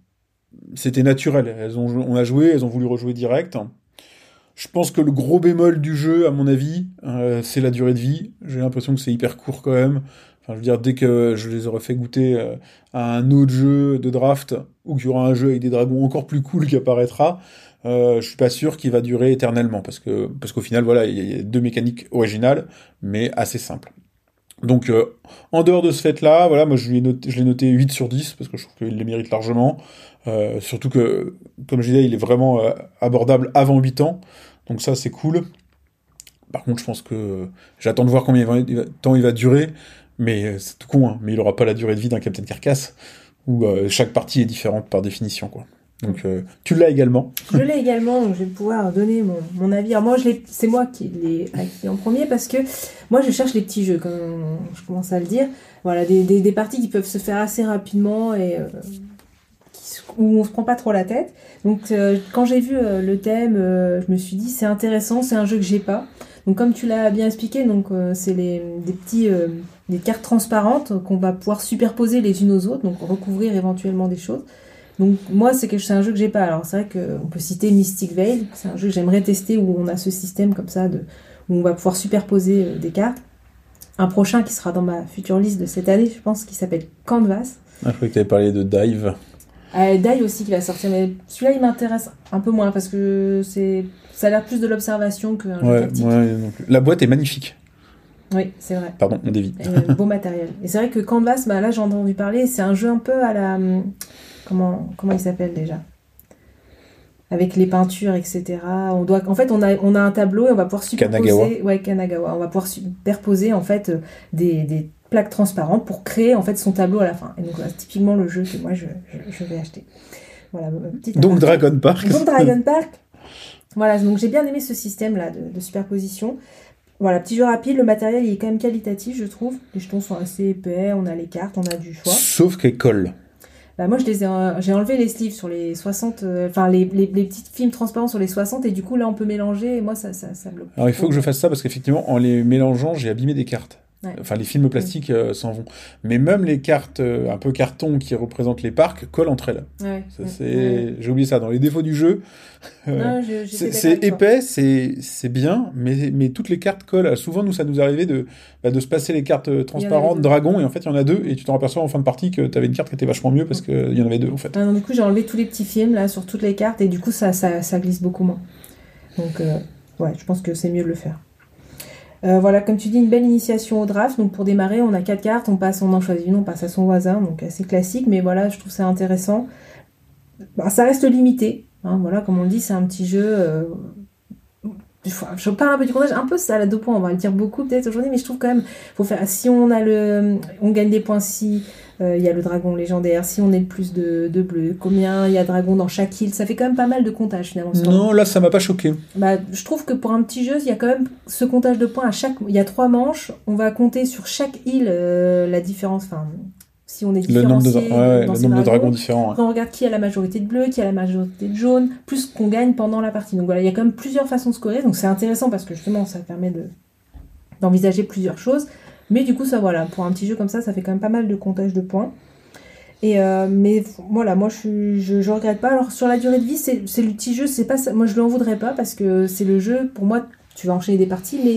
Speaker 4: c'était naturel, elles ont, on a joué, elles ont voulu rejouer direct. Je pense que le gros bémol du jeu, à mon avis, euh, c'est la durée de vie. J'ai l'impression que c'est hyper court quand même. Enfin, je veux dire, dès que je les aurais fait goûter euh, à un autre jeu de draft, ou qu'il y aura un jeu avec des dragons encore plus cool qui apparaîtra, euh, je suis pas sûr qu'il va durer éternellement, parce que parce qu'au final, voilà, il y a deux mécaniques originales, mais assez simples. Donc, euh, en dehors de ce fait-là, voilà, moi je lui ai noté, je l'ai noté huit sur dix, parce que je trouve qu'il les mérite largement. Euh, surtout que, comme je disais, il est vraiment euh, abordable avant huit ans, donc ça c'est cool. Par contre, je pense que j'attends de voir combien de temps il va durer, mais c'est tout con, hein, mais il aura pas la durée de vie d'un Captain Carcass, où euh, chaque partie est différente par définition, quoi. Donc, euh, tu l'as également.
Speaker 3: Je l'ai également, donc je vais pouvoir donner mon, mon avis. Alors moi, je l'ai, c'est moi qui l'ai acquis en premier parce que moi, je cherche les petits jeux, comme je commence à le dire. Voilà, des, des, des parties qui peuvent se faire assez rapidement et euh, qui, où on se prend pas trop la tête. Donc, euh, quand j'ai vu euh, le thème, euh, je me suis dit, c'est intéressant, c'est un jeu que j'ai pas. Donc, comme tu l'as bien expliqué, donc euh, c'est les, des petits, euh, des cartes transparentes qu'on va pouvoir superposer les unes aux autres, donc recouvrir éventuellement des choses. Donc moi c'est, que, c'est un jeu que j'ai pas. Alors c'est vrai qu'on peut citer Mystic Veil, c'est un jeu que j'aimerais tester où on a ce système comme ça de, où on va pouvoir superposer euh, des cartes. Un prochain qui sera dans ma future liste de cette année, je pense, qui s'appelle Canvas.
Speaker 4: Ah, je croyais que tu avais parlé de Dive.
Speaker 3: Euh, Dive aussi qui va sortir, mais celui-là il m'intéresse un peu moins parce que c'est, ça a l'air plus de l'observation qu'un
Speaker 4: ouais,
Speaker 3: jeu tactique.
Speaker 4: Ouais, non plus. La boîte est magnifique.
Speaker 3: Oui, c'est vrai.
Speaker 4: Pardon, on dévie.
Speaker 3: Euh, beau matériel. Et c'est vrai que Canvas, bah, là j'ai entendu parler, c'est un jeu un peu à la... Comment, comment il s'appelle déjà ? Avec les peintures, et cetera. On doit, en fait, on a, on a un tableau et on va pouvoir superposer...
Speaker 4: Kanagawa.
Speaker 3: Ouais, Kanagawa. On va pouvoir superposer, en fait, des, des plaques transparentes pour créer, en fait, son tableau à la fin. Et donc, c'est typiquement le jeu que moi, je, je, je vais acheter. Voilà, petite
Speaker 4: donc, Dragon Park.
Speaker 3: Donc, Dragon Park. Voilà, donc j'ai bien aimé ce système-là de, de superposition. Voilà, petit jeu rapide, le matériel il est quand même qualitatif, je trouve. Les jetons sont assez épais, on a les cartes, on a du choix.
Speaker 4: Sauf qu'elles collent.
Speaker 3: Bah moi je les ai, euh, j'ai enlevé les sleeves sur les soixante, enfin euh, les, les, les petits films transparents sur les soixante et du coup là on peut mélanger et moi ça, ça, ça bloque.
Speaker 4: Alors il faut que je fasse ça parce qu'effectivement en les mélangeant j'ai abîmé des cartes.
Speaker 3: Ouais.
Speaker 4: Enfin les films plastiques euh, s'en vont. Mais même les cartes euh, un peu carton qui représentent les parcs collent entre elles.
Speaker 3: Ouais,
Speaker 4: ça,
Speaker 3: ouais,
Speaker 4: c'est...
Speaker 3: ouais.
Speaker 4: J'ai oublié ça dans les défauts du jeu. Euh,
Speaker 3: non, je,
Speaker 4: c'est c'est épais, c'est, c'est bien, mais, mais toutes les cartes collent. Souvent nous ça nous arrivait de, bah, de se passer les cartes transparentes dragon et en fait il y en a deux et tu t'en aperçois en fin de partie que tu avais une carte qui était vachement mieux parce qu'il y en avait deux en fait.
Speaker 3: Ah, non, du coup j'ai enlevé tous les petits films là sur toutes les cartes et du coup ça, ça, ça glisse beaucoup moins. Donc euh, ouais, je pense que c'est mieux de le faire. Euh, voilà, comme tu dis, une belle initiation au draft. Donc pour démarrer, on a quatre cartes, on passe, on en choisit une, on passe à son voisin, donc assez classique, mais voilà, je trouve ça intéressant. Bah, ça reste limité, hein, voilà, comme on le dit, c'est un petit jeu. Euh... je parle un peu du comptage, un peu ça, la deux points, on va le dire beaucoup peut-être aujourd'hui, mais je trouve quand même, faut faire, si on a le, on gagne des points si, il euh, y a le dragon légendaire, si on est le plus de, de bleu, combien il y a de dragons dans chaque île, ça fait quand même pas mal de comptage finalement.
Speaker 4: Non, là ça m'a pas choqué.
Speaker 3: Bah, je trouve que pour un petit jeu, il y a quand même ce comptage de points à chaque, il y a trois manches, on va compter sur chaque île euh, la différence, enfin, si on est différencié,
Speaker 4: le nombre de, ouais,
Speaker 3: dans
Speaker 4: le nombre de dragons différents. Ouais.
Speaker 3: On regarde qui a la majorité de bleu, qui a la majorité de jaune, plus qu'on gagne pendant la partie. Donc voilà, il y a quand même plusieurs façons de scorer, donc c'est intéressant parce que justement ça permet de, d'envisager plusieurs choses. Mais du coup, ça voilà, pour un petit jeu comme ça, ça fait quand même pas mal de comptage de points. Et euh, mais voilà, moi je, je je regrette pas. Alors sur la durée de vie, c'est, c'est le petit jeu, c'est pas ça. Moi je lui en voudrais pas parce que c'est le jeu, pour moi, tu vas enchaîner des parties, mais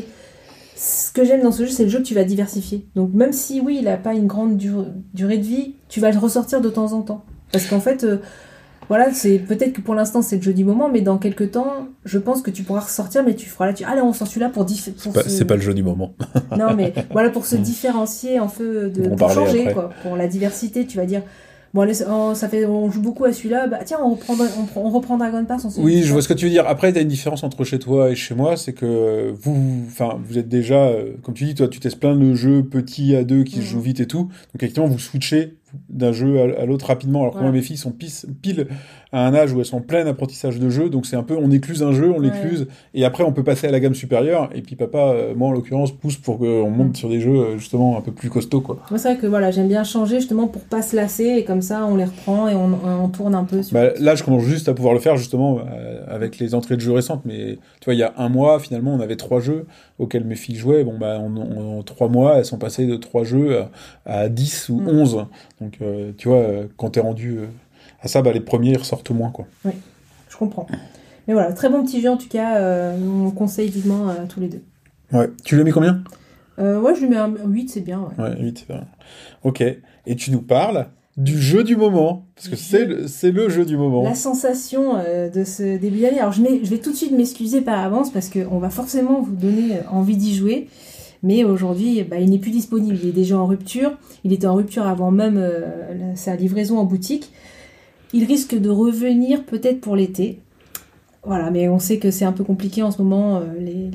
Speaker 3: ce que j'aime dans ce jeu, c'est le jeu que tu vas diversifier. Donc même si, oui, il a pas une grande dur- durée de vie, tu vas le ressortir de temps en temps. Parce qu'en fait, euh, voilà, c'est peut-être que pour l'instant, c'est le jeu du moment, mais dans quelques temps, je pense que tu pourras ressortir, mais tu feras là, tu... allez, on sort celui-là pour... Dif- pour
Speaker 4: c'est, pas,
Speaker 3: se...
Speaker 4: c'est pas le jeu du moment.
Speaker 3: Non, mais voilà, pour se différencier, en fait, de, pour changer, après. Quoi. Pour la diversité, tu vas dire... Bon, allez, on, ça fait, on joue beaucoup à celui-là. Bah, tiens, on reprend, on, on reprend Dragon Pass. On
Speaker 4: oui, je vois ce que tu veux dire. Après, tu as une différence entre chez toi et chez moi. C'est que vous, enfin, vous êtes déjà, euh, comme tu dis, toi, tu testes plein de jeux petits à deux qui mmh. se jouent vite et tout. Donc, effectivement, vous switchez d'un jeu à, à l'autre rapidement. Alors que voilà. Moi, mes filles sont pile, pile à un âge où elles sont en plein apprentissage de jeu. Donc, c'est un peu, on écluse un jeu, on ouais. l'écluse. Et après, on peut passer à la gamme supérieure. Et puis, papa, euh, moi, en l'occurrence, pousse pour qu'on monte mmh. sur des jeux, justement, un peu plus costauds, quoi.
Speaker 3: Moi, c'est vrai que voilà, j'aime bien changer, justement, pour pas se lasser. Et comme ça, on les reprend et on, on tourne un peu. Sur...
Speaker 4: Bah, là, je commence juste à pouvoir le faire, justement, euh, avec les entrées de jeux récentes. Mais, tu vois, il y a un mois, finalement, on avait trois jeux auxquels mes filles jouaient. Bon, bah, en, en, en trois mois, elles sont passées de trois jeux à, à dix ou mmh. onze. Donc, euh, tu vois, quand t'es rendu à ça, bah, les premiers ils ressortent au moins, quoi.
Speaker 3: Oui, je comprends. Mais voilà, très bon petit jeu en tout cas, euh, on conseille vivement à tous les deux.
Speaker 4: Ouais, tu lui as mis combien ?
Speaker 3: euh, Ouais, je lui mets un huit, c'est bien. Ouais,
Speaker 4: ouais huit, c'est bien. Ok, et tu nous parles du jeu du moment, parce que c'est le, c'est le jeu du moment.
Speaker 3: La sensation euh, de ce début d'année. Alors je, mets, je vais tout de suite m'excuser par avance, parce qu'on va forcément vous donner envie d'y jouer. Mais aujourd'hui, bah, il n'est plus disponible. Il est déjà en rupture. Il était en rupture avant même euh, la, sa livraison en boutique. Il risque de revenir peut-être pour l'été. Voilà, mais on sait que c'est un peu compliqué en ce moment, euh, les, les,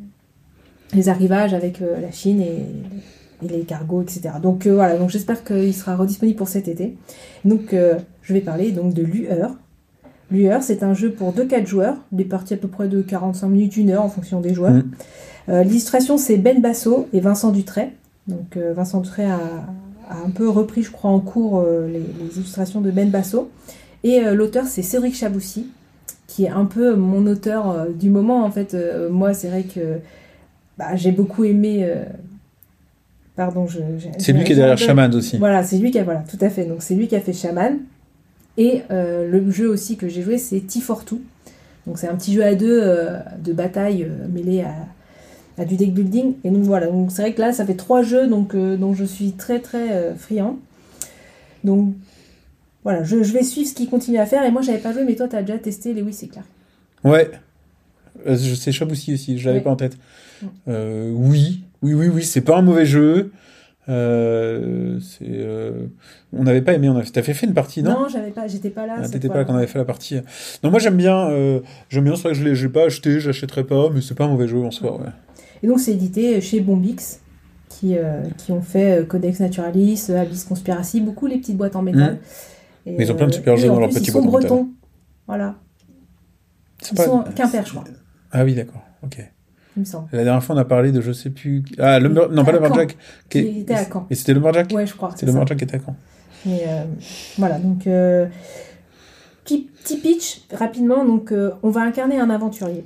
Speaker 3: les arrivages avec euh, la Chine et, et les cargos, et cetera. Donc euh, voilà, donc j'espère qu'il sera redisponible pour cet été. Donc euh, je vais parler donc de Lueur. Lueur, c'est un jeu pour deux à quatre joueurs. Des parties à peu près de quarante-cinq minutes, une heure en fonction des joueurs. Mmh. Euh, l'illustration, c'est Ben Basso et Vincent Dutray. Donc euh, Vincent Dutray a, a un peu repris, je crois, en cours euh, les, les illustrations de Ben Basso. Et euh, l'auteur, c'est Cédric Chaboussi, qui est un peu mon auteur euh, du moment. En fait, euh, moi, c'est vrai que bah, j'ai beaucoup aimé... Euh... Pardon, je... J'ai,
Speaker 4: c'est lui qui est derrière Shaman aussi.
Speaker 3: Voilà, c'est lui qui a... Voilà, tout à fait. Donc c'est lui qui a fait Shaman. Et euh, le jeu aussi que j'ai joué, c'est T quatre deux. Donc c'est un petit jeu à deux euh, de bataille euh, mêlé à, à du deck building. Et donc voilà, donc c'est vrai que là, ça fait trois jeux donc, euh, dont je suis très très euh, friand. Donc voilà, je, je vais suivre ce qu'il continue à faire. Et moi, j'avais pas joué, mais toi, tu as déjà testé Lewis et Clark.
Speaker 4: Ouais, euh, c'est Chaboussi aussi, je l'avais ouais. pas en tête. Euh, oui, oui, oui, oui, c'est pas un mauvais jeu. Euh, c'est, euh, on n'avait pas aimé, on avait, t'avais fait une partie, non ?
Speaker 3: Non, j'avais pas, j'étais pas là.
Speaker 4: Ah, t'étais pas là quand on avait fait la partie. Non, moi j'aime bien, euh, j'aime bien, c'est vrai que je l'ai, j'ai pas acheté, j'achèterai pas, mais c'est pas un mauvais jeu en soi, ouais.
Speaker 3: Et donc c'est édité chez Bombix, qui, euh, qui ont fait Codex Naturalis, Abyss Conspiracy, beaucoup les petites boîtes en métal. Mmh.
Speaker 4: Et, mais ils ont plein de super euh, jeux dans leurs petites boîtes en métal.
Speaker 3: Ils sont bretons, voilà. C'est ils pas... sont Quimper, je crois.
Speaker 4: Ah oui, d'accord, ok.
Speaker 3: Il me semble.
Speaker 4: La dernière fois, on a parlé de je sais plus. Ah, le Mur... non, pas le Lumberjack.
Speaker 3: Qui est... était à Caen.
Speaker 4: Et c'était le Lumberjack ?
Speaker 3: Ouais, je crois.
Speaker 4: C'était le Lumberjack qui était à Caen.
Speaker 3: Mais euh, voilà, donc. Euh... Petit, petit pitch, rapidement. Donc, euh, on va incarner un aventurier.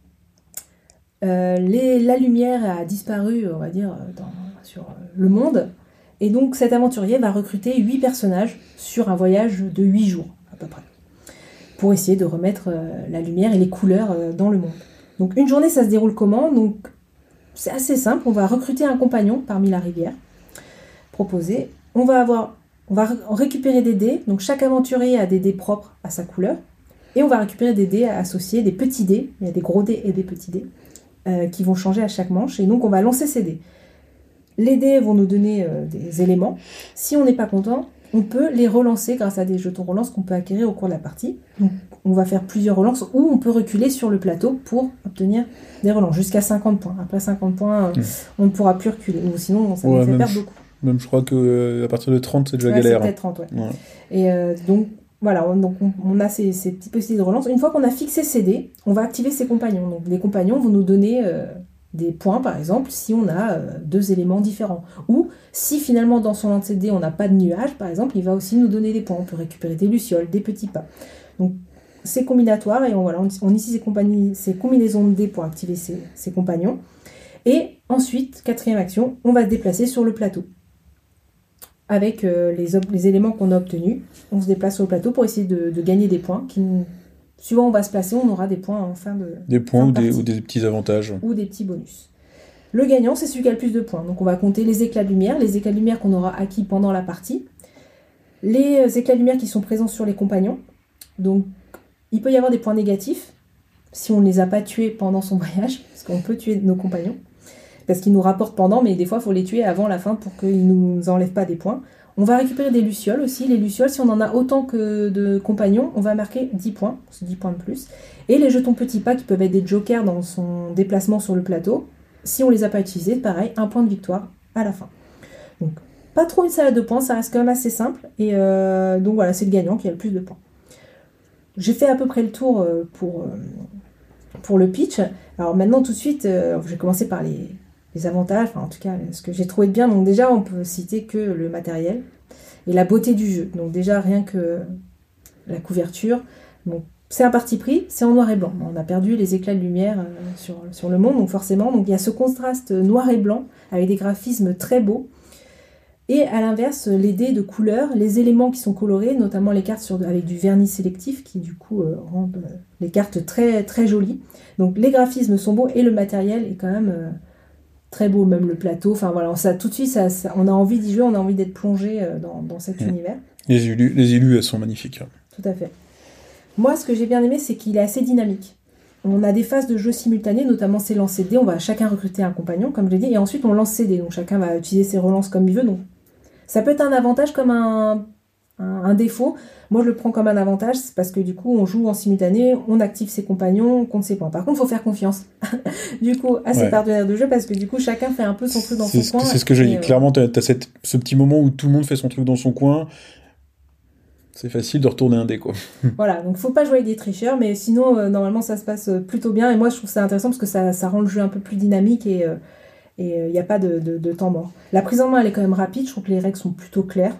Speaker 3: Euh, les... La lumière a disparu, on va dire, dans... sur le monde. Et donc, cet aventurier va recruter huit personnages sur un voyage de huit jours, à peu près. Pour essayer de remettre euh, la lumière et les couleurs euh, dans le monde. Donc une journée, ça se déroule comment ? Donc c'est assez simple, on va recruter un compagnon parmi la rivière proposée. On va avoir, on va récupérer des dés. Donc chaque aventurier a des dés propres à sa couleur. Et on va récupérer des dés associés, des petits dés. Il y a des gros dés et des petits dés euh, qui vont changer à chaque manche. Et donc on va lancer ces dés. Les dés vont nous donner euh, des éléments. Si on n'est pas content, on peut les relancer grâce à des jetons relance qu'on peut acquérir au cours de la partie. Donc, on va faire plusieurs relances ou on peut reculer sur le plateau pour obtenir des relances jusqu'à cinquante points. Après cinquante points, mmh. on ne pourra plus reculer. Ou sinon, ça ouais, nous fait perdre
Speaker 4: je,
Speaker 3: beaucoup.
Speaker 4: Même je crois qu'à euh, partir de trente, c'est déjà
Speaker 3: ouais,
Speaker 4: galère.
Speaker 3: C'est peut-être trente, ouais. ouais. Et euh, donc, voilà, on, donc on, on a ces, ces petites possibilités de relance. Une fois qu'on a fixé ces dés, on va activer ses compagnons. Donc, les compagnons vont nous donner euh, des points, par exemple, si on a euh, deux éléments différents. Ou si finalement, dans son lancer de dés, on n'a pas de nuage, par exemple, il va aussi nous donner des points. On peut récupérer des lucioles, des petits pas. Donc, c'est combinatoire et on, voilà, on, on utilise ces, compagnies, ces combinaisons de dés pour activer ses, ses compagnons. Et ensuite, quatrième action, on va se déplacer sur le plateau. Avec euh, les, ob- les éléments qu'on a obtenus, on se déplace sur le plateau pour essayer de, de gagner des points. Qui, suivant où on va se placer, on aura des points en fin de
Speaker 4: Des points
Speaker 3: fin
Speaker 4: ou,
Speaker 3: de
Speaker 4: des, ou des petits avantages.
Speaker 3: Ou des petits bonus. Le gagnant, c'est celui qui a le plus de points. Donc on va compter les éclats de lumière, les éclats de lumière qu'on aura acquis pendant la partie, les éclats de lumière qui sont présents sur les compagnons. Donc il peut y avoir des points négatifs si on ne les a pas tués pendant son voyage, parce qu'on peut tuer nos compagnons, parce qu'ils nous rapportent pendant, mais des fois il faut les tuer avant la fin pour qu'ils ne nous enlèvent pas des points. On va récupérer des lucioles aussi. Les lucioles, si on en a autant que de compagnons, on va marquer dix points, c'est dix points de plus. Et les jetons petits pas qui peuvent être des jokers dans son déplacement sur le plateau, si on ne les a pas utilisés, pareil, un point de victoire à la fin. Donc pas trop une salade de points, ça reste quand même assez simple, et euh, donc voilà, c'est le gagnant qui a le plus de points. J'ai fait à peu près le tour pour, pour le pitch. Alors maintenant, tout de suite, euh, je vais commencer par les, les avantages, enfin en tout cas, ce que j'ai trouvé de bien. Donc déjà, on peut citer que le matériel et la beauté du jeu. Donc déjà, rien que la couverture. Donc, c'est un parti pris, c'est en noir et blanc. On a perdu les éclats de lumière euh, sur, sur le monde, donc forcément. Donc il y a ce contraste noir et blanc avec des graphismes très beaux. Et à l'inverse, les dés de couleur, les éléments qui sont colorés, notamment les cartes sur, avec du vernis sélectif, qui du coup euh, rendent euh, les cartes très, très jolies. Donc les graphismes sont beaux et le matériel est quand même euh, très beau, même le plateau. Enfin voilà, ça, tout de suite, ça, ça, on a envie d'y jouer, on a envie d'être plongé euh, dans, dans cet mmh. univers.
Speaker 4: Les élus, les élus, elles sont magnifiques.
Speaker 3: Tout à fait. Moi, ce que j'ai bien aimé, c'est qu'il est assez dynamique. On a des phases de jeu simultanées, notamment ces lancers de dés. On va chacun recruter un compagnon, comme je l'ai dit, et ensuite on lance ses dés. Donc chacun va utiliser ses relances comme il veut. Donc ça peut être un avantage comme un, un, un défaut. Moi, je le prends comme un avantage parce que du coup, on joue en simultané, on active ses compagnons, on compte ses points. Par contre, il faut faire confiance du coup à ses ouais. partenaires de jeu parce que du coup, chacun fait un peu son truc dans
Speaker 4: c'est
Speaker 3: son
Speaker 4: ce,
Speaker 3: coin.
Speaker 4: C'est ce que j'ai dit.
Speaker 3: Euh...
Speaker 4: Clairement, tu as ce petit moment où tout le monde fait son truc dans son coin. C'est facile de retourner un dé, quoi.
Speaker 3: Voilà, donc faut pas jouer avec des tricheurs, mais sinon, euh, normalement, ça se passe plutôt bien. Et moi, je trouve ça intéressant parce que ça, ça rend le jeu un peu plus dynamique et il euh, n'y a pas de, de, de temps mort. La prise en main, elle est quand même rapide. Je trouve que les règles sont plutôt claires.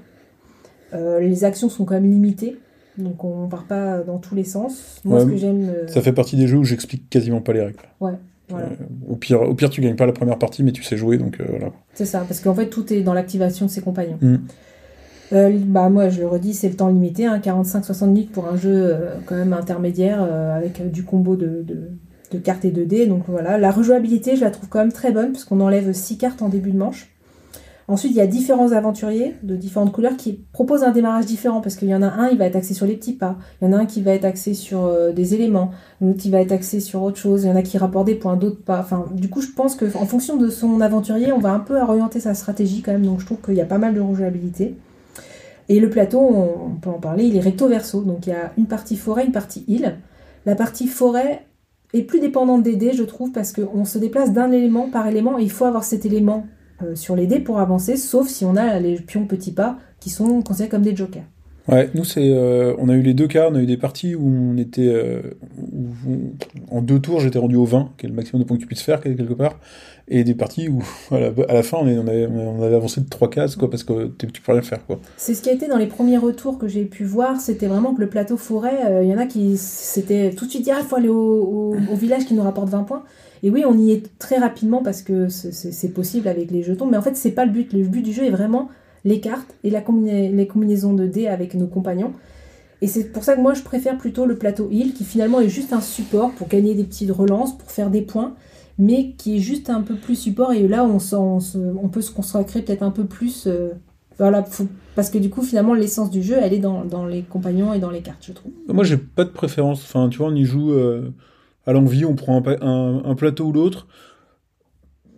Speaker 3: Euh, les actions sont quand même limitées. Donc, on part pas dans tous les sens. Moi,
Speaker 4: ouais,
Speaker 3: ce que j'aime... Euh...
Speaker 4: Ça fait partie des jeux où j'explique quasiment pas les règles.
Speaker 3: Ouais. Voilà.
Speaker 4: Euh, au, pire, au pire, tu gagnes pas la première partie, mais tu sais jouer, donc euh, voilà.
Speaker 3: C'est ça, parce qu'en fait, tout est dans l'activation de ses compagnons.
Speaker 4: Mm.
Speaker 3: Euh, bah moi je le redis, c'est le temps limité, hein, quarante-cinq à soixante minutes pour un jeu euh, quand même intermédiaire euh, avec euh, du combo de, de, de cartes et de dés. Donc voilà, la rejouabilité je la trouve quand même très bonne puisqu'on enlève six cartes en début de manche. Ensuite il y a différents aventuriers de différentes couleurs qui proposent un démarrage différent parce qu'il y en a un il va être axé sur les petits pas, il y en a un qui va être axé sur euh, des éléments, l'autre qui va être axé sur autre chose, il y en a qui rapportent des points, d'autres pas. Enfin du coup je pense qu'en fonction de son aventurier on va un peu orienter sa stratégie quand même, donc je trouve qu'il y a pas mal de rejouabilité. Et le plateau, on peut en parler, il est recto-verso. Donc il y a une partie forêt, une partie île. La partie forêt est plus dépendante des dés, je trouve, parce qu'on se déplace d'un élément par élément et il faut avoir cet élément euh, sur les dés pour avancer, sauf si on a les pions petits pas qui sont considérés comme des jokers.
Speaker 4: Ouais, nous, c'est, euh, on a eu les deux cas. On a eu des parties où on était. Euh, où, où, en deux tours, j'étais rendu au vingt, qui est le maximum de points que tu puisses faire, quelque part. Et des parties où, à la, à la fin, on, est, on, avait, on avait avancé de trois cases, quoi, parce que tu peux rien faire, quoi.
Speaker 3: C'est ce qui a été dans les premiers retours que j'ai pu voir, c'était vraiment que le plateau forêt, il euh, y en a qui s'étaient tout de suite dit ah, il faut aller au, au, au village qui nous rapporte vingt points. Et oui, on y est très rapidement parce que c'est, c'est, c'est possible avec les jetons, mais en fait, c'est pas le but. Le but du jeu est vraiment les cartes et la combina- les combinaisons de dés avec nos compagnons. Et c'est pour ça que moi, je préfère plutôt le plateau île, qui finalement est juste un support pour gagner des petites relances, pour faire des points, mais qui est juste un peu plus support. Et là, on, on, se, on peut se consacrer peut-être un peu plus... Euh, voilà, faut, parce que du coup, finalement, l'essence du jeu, elle est dans, dans les compagnons et dans les cartes, je trouve.
Speaker 4: Moi, j'ai pas de préférence. Enfin, tu vois, on y joue euh, à l'envie, on prend un, un, un plateau ou l'autre.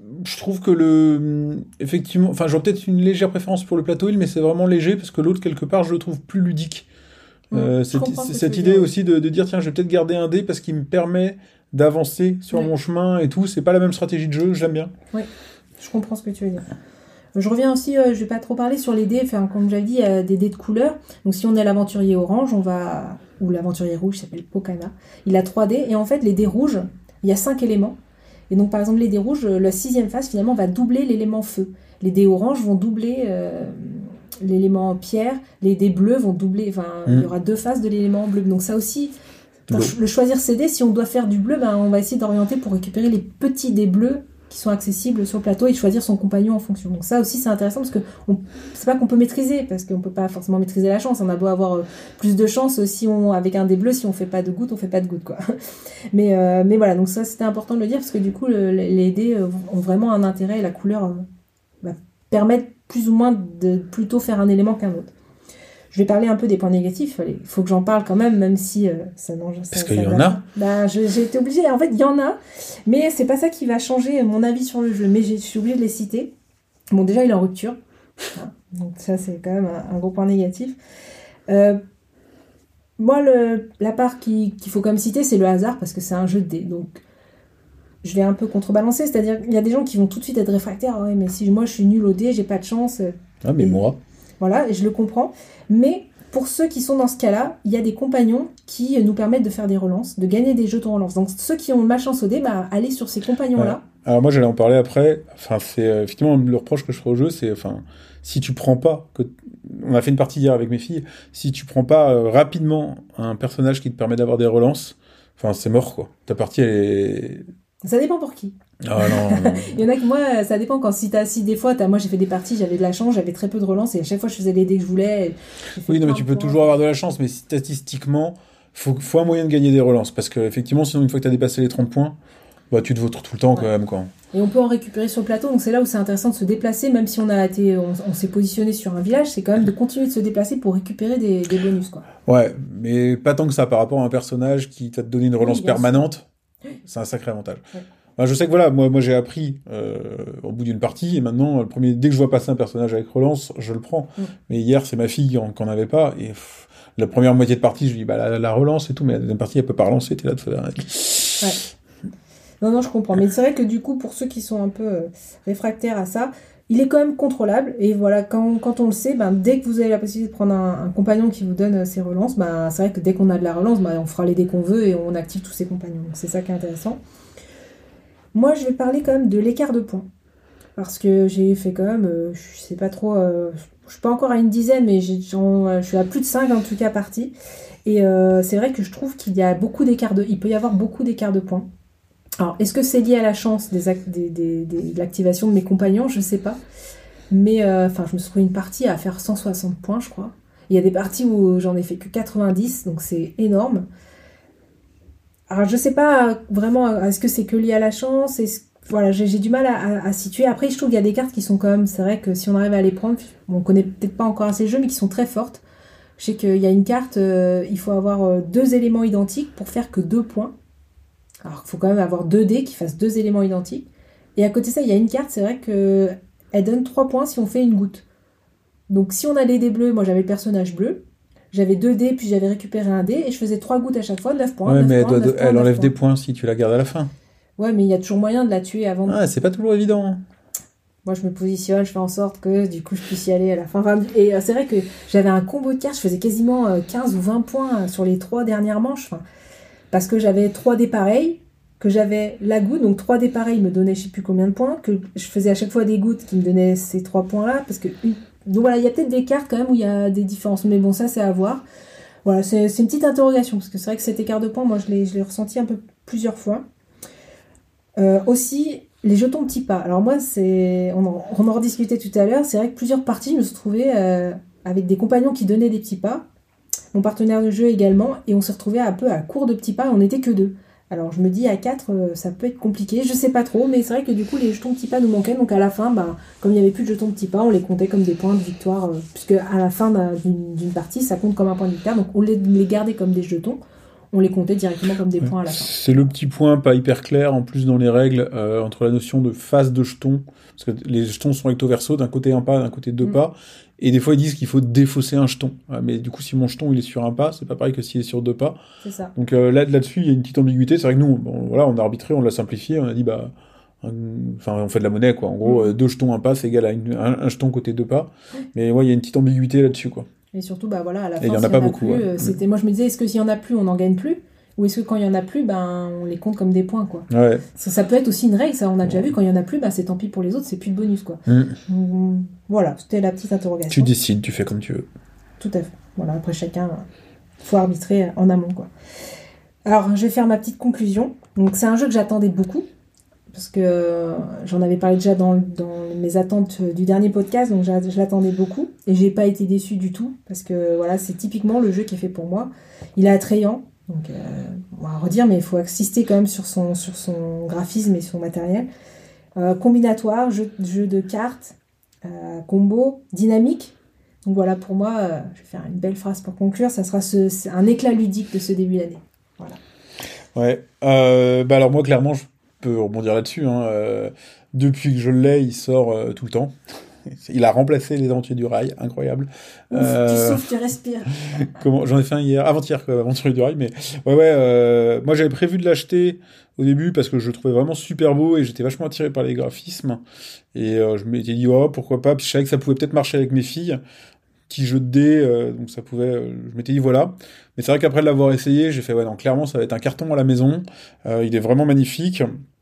Speaker 4: je trouve que le... Effectivement, enfin, j'aurais peut-être une légère préférence pour le plateau île, mais c'est vraiment léger, parce que l'autre, quelque part, je le trouve plus ludique.
Speaker 3: Mmh,
Speaker 4: euh,
Speaker 3: je
Speaker 4: cette
Speaker 3: comprends ce que
Speaker 4: cette
Speaker 3: tu veux
Speaker 4: idée
Speaker 3: dire.
Speaker 4: aussi de, de dire, tiens, je vais peut-être garder un dé, parce qu'il me permet d'avancer sur
Speaker 3: Ouais.
Speaker 4: mon chemin et tout. C'est pas la même stratégie de jeu, j'aime bien.
Speaker 3: Je comprends ce que tu veux dire. Je reviens aussi, euh, je vais pas trop parler sur les dés, enfin, comme j'avais dit, il y a des dés de couleur. Donc si on est l'aventurier orange, on va... ou l'aventurier rouge, il s'appelle Pokana. Il a trois dés, et en fait, les dés rouges, il y a cinq éléments. Et donc, par exemple, les dés rouges, la sixième phase, finalement, va doubler l'élément feu. Les dés oranges vont doubler euh, l'élément pierre. Les dés bleus vont doubler... Enfin,
Speaker 4: Mm.
Speaker 3: il y aura deux phases de l'élément bleu. Donc ça aussi, pour
Speaker 4: L'eau.
Speaker 3: ch- le choisir ces dés, si on doit faire du bleu, ben, on va essayer d'orienter pour récupérer les petits dés bleus qui sont accessibles sur le plateau et de choisir son compagnon en fonction. Donc ça aussi, c'est intéressant parce que on... c'est pas qu'on peut maîtriser, parce qu'on peut pas forcément maîtriser la chance. On a beau avoir euh, plus de chance si on, avec un dé bleu, si on fait pas de goutte, on fait pas de goutte, quoi. Mais, euh, mais voilà, donc ça, c'était important de le dire parce que du coup, le, les dés euh, ont vraiment un intérêt et la couleur euh, va permettre plus ou moins de plutôt faire un élément qu'un autre. Je vais parler un peu des points négatifs. Il faut que j'en parle quand même, même si euh, ça n'en...
Speaker 4: Parce qu'il y en a.
Speaker 3: Bah, je- j'ai été obligée. En fait, il y en a, mais c'est pas ça qui va changer mon avis sur le jeu. Mais j'ai- je suis obligée de les citer. Bon, déjà, il est en rupture. Voilà. Donc ça, c'est quand même un, un gros point négatif. Euh, moi, le, la part qui- qu'il faut quand même citer, c'est le hasard, parce que c'est un jeu de dés. Donc, je vais un peu contrebalancer. C'est-à-dire, il y a des gens qui vont tout de suite être réfractaires. Ah ouais, mais si moi, je suis nulle au dé, j'ai pas de chance.
Speaker 4: Ah, mais
Speaker 3: Et-
Speaker 4: moi.
Speaker 3: Voilà, et je le comprends. Mais pour ceux qui sont dans ce cas-là, il y a des compagnons qui nous permettent de faire des relances, de gagner des jetons relance. Donc ceux qui ont malchance au dé, bah, allez sur ces compagnons-là.
Speaker 4: Alors moi, j'allais en parler après. Enfin, c'est euh, effectivement le reproche que je ferai au jeu, c'est, enfin, si tu prends pas, que on a fait une partie hier avec mes filles, si tu prends pas euh, rapidement un personnage qui te permet d'avoir des relances, enfin, c'est mort, quoi. Ta partie, elle est...
Speaker 3: Ça dépend pour qui.
Speaker 4: Ah non, non.
Speaker 3: Il y en a que moi, ça dépend. Quand si t'as si des fois, t'as, moi j'ai fait des parties, j'avais de la chance, j'avais très peu de relances et à chaque fois je faisais les dés que je voulais. J'ai fait
Speaker 4: Oui, non, mais
Speaker 3: plein
Speaker 4: tu
Speaker 3: de
Speaker 4: peux
Speaker 3: points.
Speaker 4: toujours avoir de la chance, mais statistiquement, faut, faut un moyen de gagner des relances, parce que effectivement, sinon, une fois que t'as dépassé les trente points, bah, tu te vautres tout le temps, quand
Speaker 3: Ouais.
Speaker 4: même, quoi.
Speaker 3: Et on peut en récupérer sur le plateau, donc c'est là où c'est intéressant de se déplacer, même si on a été, on, on s'est positionné sur un village, c'est quand même de continuer de se déplacer pour récupérer des, des bonus, quoi.
Speaker 4: Ouais, mais pas tant que ça par rapport à un personnage qui t'a donné une relance
Speaker 3: Oui, bien
Speaker 4: permanente. C'est un sacré avantage.
Speaker 3: Ouais.
Speaker 4: Enfin, je sais que voilà, moi, moi j'ai appris euh, au bout d'une partie, et maintenant, le premier, dès que je vois passer un personnage avec relance, je le prends.
Speaker 3: Mm.
Speaker 4: Mais hier, c'est ma fille qui en, qui en avait pas, et pff, la première moitié de partie, je lui dis, bah la, la relance et tout, mais la deuxième partie, elle peut pas relancer, t'es là de faire.
Speaker 3: Ouais. Non, non, je comprends. Mais c'est vrai que du coup, pour ceux qui sont un peu euh, réfractaires à ça, il est quand même contrôlable. Et voilà, quand, quand on le sait, ben, dès que vous avez la possibilité de prendre un, un compagnon qui vous donne euh, ses relances, ben, c'est vrai que dès qu'on a de la relance, ben, on fera les dés qu'on veut et on active tous ses compagnons. Donc c'est ça qui est intéressant. Moi, je vais parler quand même de l'écart de points. Parce que j'ai fait quand même, euh, je sais pas trop, euh, je suis pas encore à une dizaine, mais j'ai, j'en- euh, je suis à plus de cinq en tout cas parties. Et euh, c'est vrai que je trouve qu'il y a beaucoup d'écart de, il peut y avoir beaucoup d'écart de points. Alors, est-ce que c'est lié à la chance des, ac- des, des, des- de l'activation de mes compagnons? Je sais pas. Mais enfin, je me suis trouvé une partie à faire cent soixante points, je crois. Il y a des parties où j'en ai fait que quatre-vingt-dix, donc c'est énorme. Alors, je sais pas vraiment, est-ce que c'est que lié à la chance? Est-ce... Voilà, j'ai, j'ai du mal à, à, à situer. Après, je trouve qu'il y a des cartes qui sont quand même, c'est vrai que si on arrive à les prendre, bon, on connaît peut-être pas encore assez le jeu, mais qui sont très fortes. Je sais qu'il y a une carte, euh, il faut avoir euh, deux éléments identiques pour faire que deux points. Alors, il faut quand même avoir deux dés qui fassent deux éléments identiques. Et à côté de ça, il y a une carte, c'est vrai que elle donne trois points si on fait une goutte. Donc, si on a les dés bleus, moi j'avais le personnage bleu, j'avais deux dés, puis j'avais récupéré un dé, et je faisais trois gouttes à chaque fois, neuf points.
Speaker 4: Ouais,
Speaker 3: neuf
Speaker 4: mais elle,
Speaker 3: points,
Speaker 4: doit-
Speaker 3: neuf points,
Speaker 4: elle
Speaker 3: neuf
Speaker 4: enlève
Speaker 3: points.
Speaker 4: des points si tu la gardes à la fin.
Speaker 3: Ouais, mais il y a toujours moyen de la tuer avant. de-
Speaker 4: Ah, c'est pas toujours évident. hein.
Speaker 3: Moi, je me positionne, je fais en sorte que du coup, je puisse y aller à la fin. Enfin, et euh, c'est vrai que j'avais un combo de cartes, je faisais quasiment euh, quinze ou vingt points euh, sur les trois dernières manches. Enfin, parce que j'avais trois dés pareils, que j'avais la goutte, donc trois dés pareils me donnaient je sais plus combien de points, que je faisais à chaque fois des gouttes qui me donnaient ces trois points-là. Parce que... une- Donc voilà, il y a peut-être des cartes quand même où il y a des différences, mais bon, ça, c'est à voir. Voilà, c'est, c'est une petite interrogation, parce que c'est vrai que cet écart de points, moi, je l'ai, je l'ai ressenti un peu plusieurs fois. Euh, aussi, les jetons petits pas. Alors moi, c'est, on en, on en rediscutait tout à l'heure, c'est vrai que plusieurs parties, je me suis retrouvée euh, avec des compagnons qui donnaient des petits pas, mon partenaire de jeu également, et on s'est retrouvés un peu à court de petits pas, et on n'était que deux. Alors je me dis, à quatre, euh, ça peut être compliqué, je sais pas trop, mais c'est vrai que du coup, les jetons petits pas nous manquaient, donc à la fin, bah, comme il n'y avait plus de jetons petits pas, on les comptait comme des points de victoire, euh, puisque à la fin d'un- d'une, d'une partie, ça compte comme un point de victoire, donc on les, les gardait comme des jetons. on les comptait directement comme des points à la fin.
Speaker 4: C'est le petit point pas hyper clair, en plus dans les règles, euh, entre la notion de phase de jetons, parce que les jetons sont recto verso, d'un côté un pas, d'un côté deux mmh. pas, et des fois ils disent qu'il faut défausser un jeton. Ah, mais du coup, si mon jeton il est sur un pas, c'est pas pareil que s'il est sur deux pas.
Speaker 3: C'est ça.
Speaker 4: Donc euh, là, là-dessus, il y a une petite ambiguïté. C'est vrai que nous, bon, voilà, on a arbitré, on l'a simplifié, on a dit, bah, enfin, on fait de la monnaie, quoi. En gros, mmh. euh, deux jetons, un pas, c'est égal à une, un, un jeton côté deux pas. Mais ouais, il y a une petite ambiguïté là-dessus, quoi.
Speaker 3: Et surtout, bah voilà, à la fin,
Speaker 4: il y en a
Speaker 3: s'il
Speaker 4: pas
Speaker 3: y en a
Speaker 4: beaucoup.
Speaker 3: Plus,
Speaker 4: Ouais.
Speaker 3: euh, c'était... Moi, je me disais, est-ce que s'il y en a plus, on n'en gagne plus ? Ou est-ce que quand il y en a plus, ben, on les compte comme des points, quoi.
Speaker 4: Ouais.
Speaker 3: Ça, ça peut être aussi une règle, ça, on a déjà vu, quand il y en a plus, ben, c'est tant pis pour les autres, c'est plus de bonus, quoi.
Speaker 4: Mmh.
Speaker 3: Donc, voilà, c'était la petite interrogation.
Speaker 4: Tu décides, tu fais comme tu veux.
Speaker 3: Tout à fait. Voilà, après chacun, faut arbitrer en amont, quoi. Alors, je vais faire ma petite conclusion. Donc, c'est un jeu que j'attendais beaucoup, parce que euh, j'en avais parlé déjà dans, dans mes attentes du dernier podcast, donc je l'attendais beaucoup, et j'ai pas été déçue du tout, parce que voilà, c'est typiquement le jeu qui est fait pour moi. Il est attrayant, donc euh, on va redire, mais il faut insister quand même sur son, sur son graphisme et son matériel. Euh, combinatoire, jeu, jeu de cartes, euh, combo, dynamique. Donc voilà, pour moi, euh, je vais faire une belle phrase pour conclure, ça sera ce, c'est un éclat ludique de ce début d'année. Voilà.
Speaker 4: Ouais, euh, bah alors moi, clairement, je peux rebondir là-dessus. Hein. Euh, depuis que je l'ai, il sort euh, tout le temps. Il a remplacé les Aventuriers du Rail, incroyable.
Speaker 3: Ouf, euh... tu souffles, tu respires.
Speaker 4: Comment J'en ai fait un hier, avant-hier, quoi, Aventuriers du Rail, mais ouais, ouais. Euh... Moi, j'avais prévu de l'acheter au début parce que je le trouvais vraiment super beau et j'étais vachement attiré par les graphismes. Et euh, je m'étais dit, oh, pourquoi pas. Puis je savais que ça pouvait peut-être marcher avec mes filles. Petit jeu de dés, euh, donc ça pouvait. Euh, je m'étais dit voilà. Mais c'est vrai qu'après de l'avoir essayé, j'ai fait ouais, non, clairement, ça va être un carton à la maison. Euh, il est vraiment magnifique.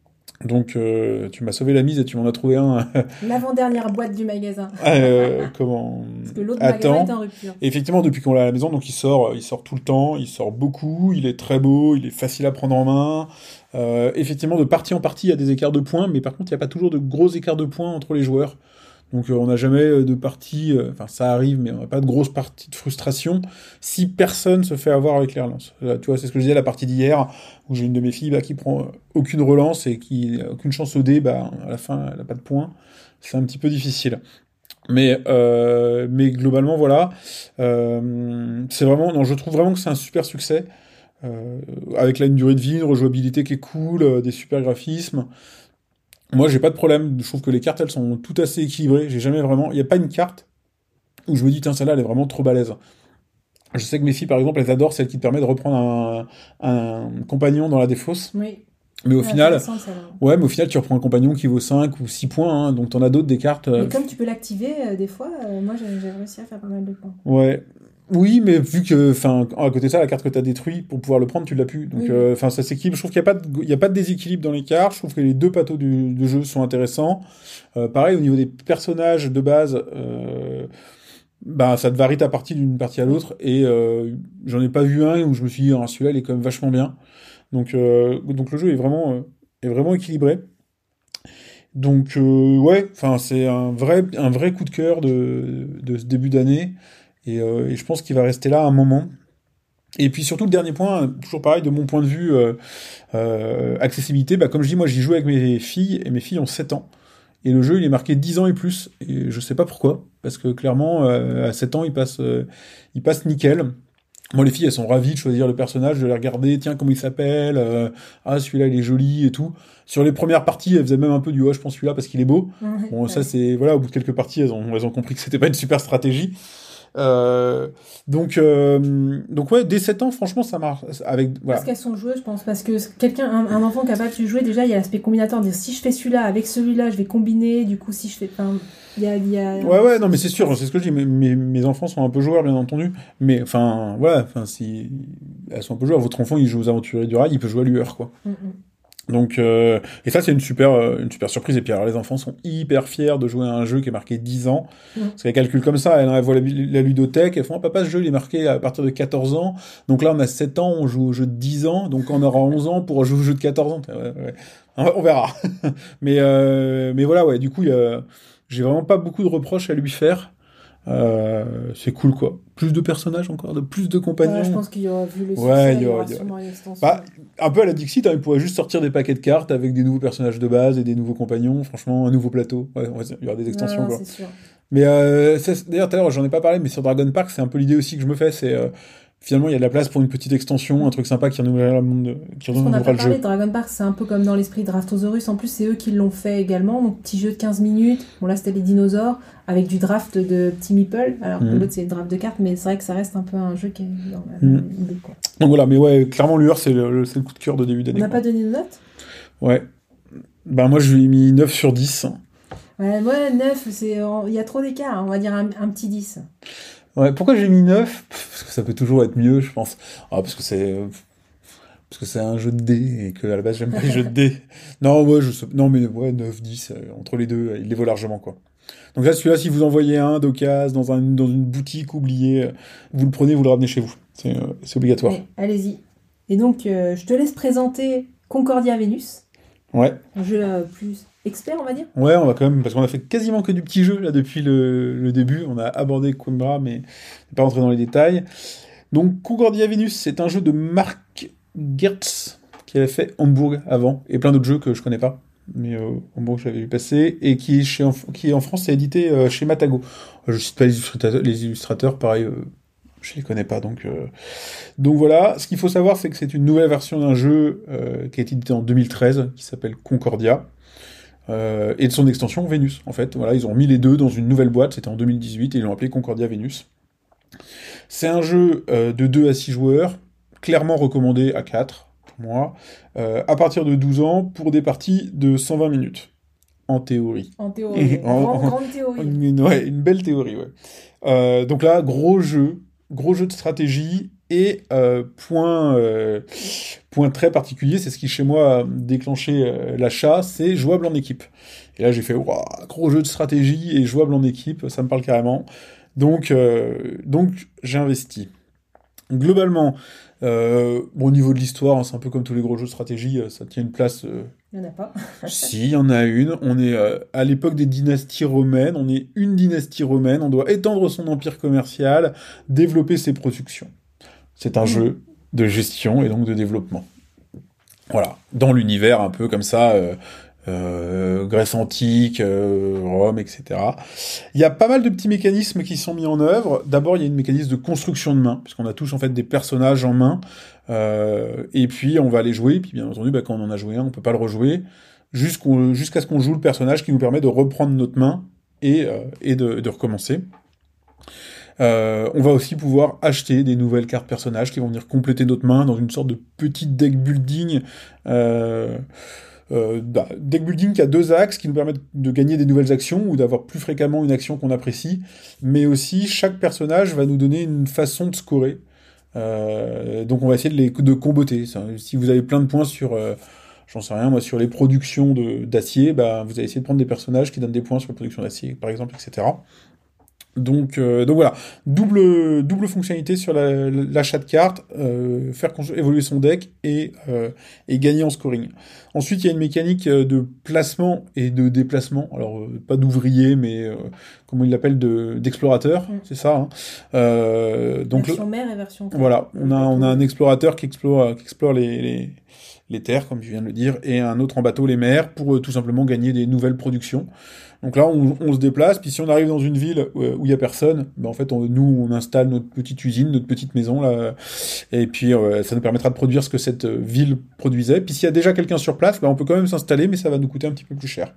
Speaker 4: Donc, euh, tu m'as sauvé la mise et tu m'en as trouvé un.
Speaker 3: L'avant-dernière boîte du magasin.
Speaker 4: euh, comment
Speaker 3: Parce que l'autre
Speaker 4: Attends.
Speaker 3: magasin est en rupture.
Speaker 4: Et effectivement, depuis qu'on l'a à la maison, donc il sort, il sort tout le temps, il sort beaucoup, il est très beau, il est facile à prendre en main. Euh, effectivement, de partie en partie, il y a des écarts de points, mais par contre, il n'y a pas toujours de gros écarts de points entre les joueurs. Donc, euh, on n'a jamais de partie, enfin, euh, ça arrive, mais on n'a pas de grosse partie de frustration si personne se fait avoir avec les relances. Là, tu vois, c'est ce que je disais, la partie d'hier, où j'ai une de mes filles bah, qui prend aucune relance et qui n'a aucune chance au dé, bah, à la fin, elle n'a pas de points. C'est un petit peu difficile. Mais, euh, mais globalement, voilà. Euh, c'est vraiment, non, je trouve vraiment que c'est un super succès. Euh, avec là, une durée de vie, une rejouabilité qui est cool, euh, des super graphismes. Moi, j'ai pas de problème. Je trouve que les cartes, elles sont toutes assez équilibrées. J'ai jamais vraiment... Il n'y a pas une carte où je me dis, tiens, celle-là, elle est vraiment trop balèze. Je sais que mes filles, par exemple, elles adorent celle qui te permet de reprendre un, un compagnon dans la défausse.
Speaker 3: Oui.
Speaker 4: Mais au
Speaker 3: ouais,
Speaker 4: final... Ouais, mais au final, tu reprends un compagnon qui vaut cinq ou six points. Hein, donc, t'en as d'autres, des cartes...
Speaker 3: Mais comme tu peux l'activer, euh, des fois, euh, moi, j'ai, j'ai réussi à faire pas mal de points.
Speaker 4: Ouais. Oui, mais vu que, enfin, à côté de ça, la carte que tu as détruite, pour pouvoir le prendre, tu l'as plus. Donc, enfin, oui. euh, ça s'équilibre. Je trouve qu'il n'y a, pas de, il y a pas de déséquilibre dans les cartes. Je trouve que les deux plateaux du, du jeu sont intéressants. Euh, pareil, au niveau des personnages de base, euh, bah, ça te varie ta partie d'une partie à l'autre. Et euh, j'en ai pas vu un où je me suis dit, ah, celui-là, il est quand même vachement bien. Donc, euh, donc le jeu est vraiment, euh, est vraiment équilibré. Donc, euh, ouais, enfin, c'est un vrai, un vrai coup de cœur de, de ce début d'année. Et, euh, et je pense qu'il va rester là un moment. Et puis surtout, le dernier point, toujours pareil, de mon point de vue, euh, euh, accessibilité, bah, comme je dis, moi j'y joue avec mes filles, et mes filles ont sept ans. Et le jeu, il est marqué dix ans et plus. Et je sais pas pourquoi, parce que clairement, euh, à sept ans, il passe, euh, il passe nickel. Moi, les filles, elles sont ravies de choisir le personnage, de les regarder, tiens, comment il s'appelle, euh, ah, celui-là, il est joli, et tout. Sur les premières parties, elles faisaient même un peu du, oh, je pense celui-là parce qu'il est beau. Ouais, bon, ouais. Ça, c'est, voilà, au bout de quelques parties, elles ont, elles ont compris que c'était pas une super stratégie. Euh, donc, euh, donc ouais, dès sept ans, franchement, ça marche. Avec, voilà.
Speaker 3: Parce qu'elles sont joueuses, je pense. Parce que quelqu'un, un, un enfant capable de jouer, déjà, il y a l'aspect combinatoire. Dire si je fais celui-là avec celui-là, je vais combiner. Du coup, si je fais. Enfin, il y a, il y a.
Speaker 4: Ouais, ouais, non, mais c'est sûr, c'est ce que je dis. Mes, mes, mes enfants sont un peu joueurs, bien entendu. Mais, enfin, voilà, enfin, si elles sont un peu joueurs, votre enfant, il joue aux Aventuriers du Rail, il peut jouer à l'U R, quoi. Mm-hmm. Donc, euh, et ça, c'est une super, euh, une super surprise. Et puis, alors, les enfants sont hyper fiers de jouer à un jeu qui est marqué dix ans. Mmh. Parce qu'elles calculent comme ça. Elles, elles voient la, la ludothèque. Elles font, oh, papa, ce jeu, il est marqué à partir de quatorze ans. Donc là, on a sept ans, on joue au jeu de dix ans. Donc, on aura onze ans pour jouer au jeu de quatorze ans. Ouais, ouais. On verra. mais, euh, mais voilà, ouais. Du coup, il y a, j'ai vraiment pas beaucoup de reproches à lui faire. Euh, c'est cool, quoi. Plus de personnages encore, de plus de compagnons.
Speaker 3: Ouais, je pense qu'il y aura vu le succès,
Speaker 4: ouais,
Speaker 3: il y aura,
Speaker 4: il y aura
Speaker 3: sûrement une extension.
Speaker 4: Bah, un peu à la Dixit, hein, il pourrait juste sortir des paquets de cartes avec des nouveaux personnages de base et des nouveaux compagnons. Franchement, un nouveau plateau. Ouais, il y aura des extensions,
Speaker 3: ouais,
Speaker 4: quoi.
Speaker 3: C'est sûr.
Speaker 4: Mais euh, c'est, d'ailleurs, tout à l'heure, j'en ai pas parlé, mais sur Dragon Park, c'est un peu l'idée aussi que je me fais, c'est euh, finalement il y a de la place pour une petite extension, un truc sympa qui renouvellera le monde, qui
Speaker 3: Parce qu'on n'a
Speaker 4: renouvellera
Speaker 3: pas
Speaker 4: le
Speaker 3: parlé
Speaker 4: jeu.
Speaker 3: de Dragon Park, c'est un peu comme dans l'esprit de Draftosaurus. En plus, c'est eux qui l'ont fait également. Donc, petit jeu de quinze minutes. Bon, là, c'était les dinosaures avec du draft de petits meeple. Alors que
Speaker 4: Mhm.
Speaker 3: l'autre, c'est le draft de cartes. Mais c'est vrai que ça reste un peu un jeu qui est dans la
Speaker 4: Mhm.
Speaker 3: même idée, quoi.
Speaker 4: Donc voilà, mais ouais, clairement Lueur c'est le, c'est le coup de cœur de début
Speaker 3: On
Speaker 4: d'année.
Speaker 3: n'a
Speaker 4: quoi.
Speaker 3: pas donné de note.
Speaker 4: Ouais. Ben moi je lui ai mis neuf sur dix.
Speaker 3: Ouais, moi, neuf, c'est... il y a trop d'écart. On va dire un, un petit dix.
Speaker 4: Ouais, pourquoi j'ai mis neuf? Parce que ça peut toujours être mieux, je pense. Ah, parce que c'est euh, parce que c'est un jeu de dés et que à la base j'aime pas les jeux de dés. Non, ouais, je sais... non mais ouais, neuf, dix euh, entre les deux, euh, il les vaut largement quoi. Donc là celui-là si vous en voyez un d'occasion dans un dans une boutique oubliée, euh, vous le prenez, vous le ramenez chez vous. C'est euh, c'est obligatoire.
Speaker 3: Mais, allez-y. Et donc, euh, je te laisse présenter Concordia Venus.
Speaker 4: Ouais.
Speaker 3: Un jeu euh, plus expert, on va dire.
Speaker 4: Ouais, on va quand même, parce qu'on a fait quasiment que du petit jeu là depuis le, le début. On a abordé Coimbra, mais on n'est pas rentré dans les détails. Donc, Concordia Venus, c'est un jeu de Marc Gertz qui avait fait Hambourg avant, et plein d'autres jeux que je connais pas, mais euh, Hambourg j'avais vu passer, et qui est, chez, qui est en France, c'est édité euh, chez Matago. Je cite pas les illustrateurs, les illustrateurs pareil, euh, je les connais pas, donc euh... donc voilà. Ce qu'il faut savoir, c'est que c'est une nouvelle version d'un jeu euh, qui a été édité en deux mille treize, qui s'appelle Concordia. Euh, et de son extension Vénus, en fait. Voilà, ils ont mis les deux dans une nouvelle boîte, c'était en deux mille dix-huit, et ils l'ont appelé Concordia Venus. C'est un jeu euh, de deux à six joueurs, clairement recommandé à quatre, pour moi, euh, à partir de douze ans, pour des parties de cent vingt minutes, en théorie.
Speaker 3: En théorie.
Speaker 4: En-
Speaker 3: Grande,
Speaker 4: en-
Speaker 3: grande théorie.
Speaker 4: Une, ouais, une belle théorie, ouais. Euh, donc là, gros jeu, gros jeu de stratégie, et euh, point, euh, point très particulier, c'est ce qui chez moi a déclenché euh, l'achat, c'est jouable en équipe. Et là j'ai fait, waouh, gros jeu de stratégie et jouable en équipe, ça me parle carrément. Donc, euh, donc j'ai investi. Globalement, euh, bon, au niveau de l'histoire, hein, c'est un peu comme tous les gros jeux de stratégie, euh, ça tient une place... euh,
Speaker 3: Il n'y en a pas.
Speaker 4: si, il y en a une. On est euh, à l'époque des dynasties romaines. On est une dynastie romaine. On doit étendre son empire commercial, développer ses productions. C'est un
Speaker 3: Mmh.
Speaker 4: jeu de gestion et donc de développement. Voilà. Dans l'univers un peu comme ça, euh, euh, Grèce antique, euh, Rome, et cetera. Il y a pas mal de petits mécanismes qui sont mis en œuvre. D'abord, il y a une mécanisme de construction de main, puisqu'on a tous en fait des personnages en main. Euh, et puis on va les jouer, puis bien entendu, bah, quand on en a joué un, on peut pas le rejouer, jusqu'au, jusqu'à ce qu'on joue le personnage qui nous permet de reprendre notre main et, euh, et de, de recommencer. Euh, on va aussi pouvoir acheter des nouvelles cartes personnages qui vont venir compléter notre main dans une sorte de petit deck building. Euh, euh, bah, deck building qui a deux axes qui nous permettent de gagner des nouvelles actions ou d'avoir plus fréquemment une action qu'on apprécie, mais aussi chaque personnage va nous donner une façon de scorer. Euh, donc on va essayer de les de comboter. Si vous avez plein de points sur, euh, j'en sais rien moi, sur les productions de, d'acier, bah, vous allez essayer de prendre des personnages qui donnent des points sur la production d'acier, par exemple, et cetera. Donc, euh, donc voilà, double, double fonctionnalité sur la, l'achat de cartes, euh, faire évoluer son deck et, euh, et gagner en scoring. Ensuite, il y a une mécanique de placement et de déplacement. Alors, euh, pas d'ouvrier, mais euh, comment il l'appelle, de, d'explorateur, mmh. c'est ça. Hein. Euh, donc,
Speaker 3: version mer et version terre.
Speaker 4: Voilà, on a, on a un explorateur qui explore, qui explore les, les, les terres, comme tu viens de le dire, et un autre en bateau les mers, pour euh, tout simplement gagner des nouvelles productions. Donc là, on, on se déplace, puis si on arrive dans une ville où il y a personne, ben en fait, on, nous, on installe notre petite usine, notre petite maison, là, et puis euh, ça nous permettra de produire ce que cette ville produisait. Puis s'il y a déjà quelqu'un sur place, ben on peut quand même s'installer, mais ça va nous coûter un petit peu plus cher.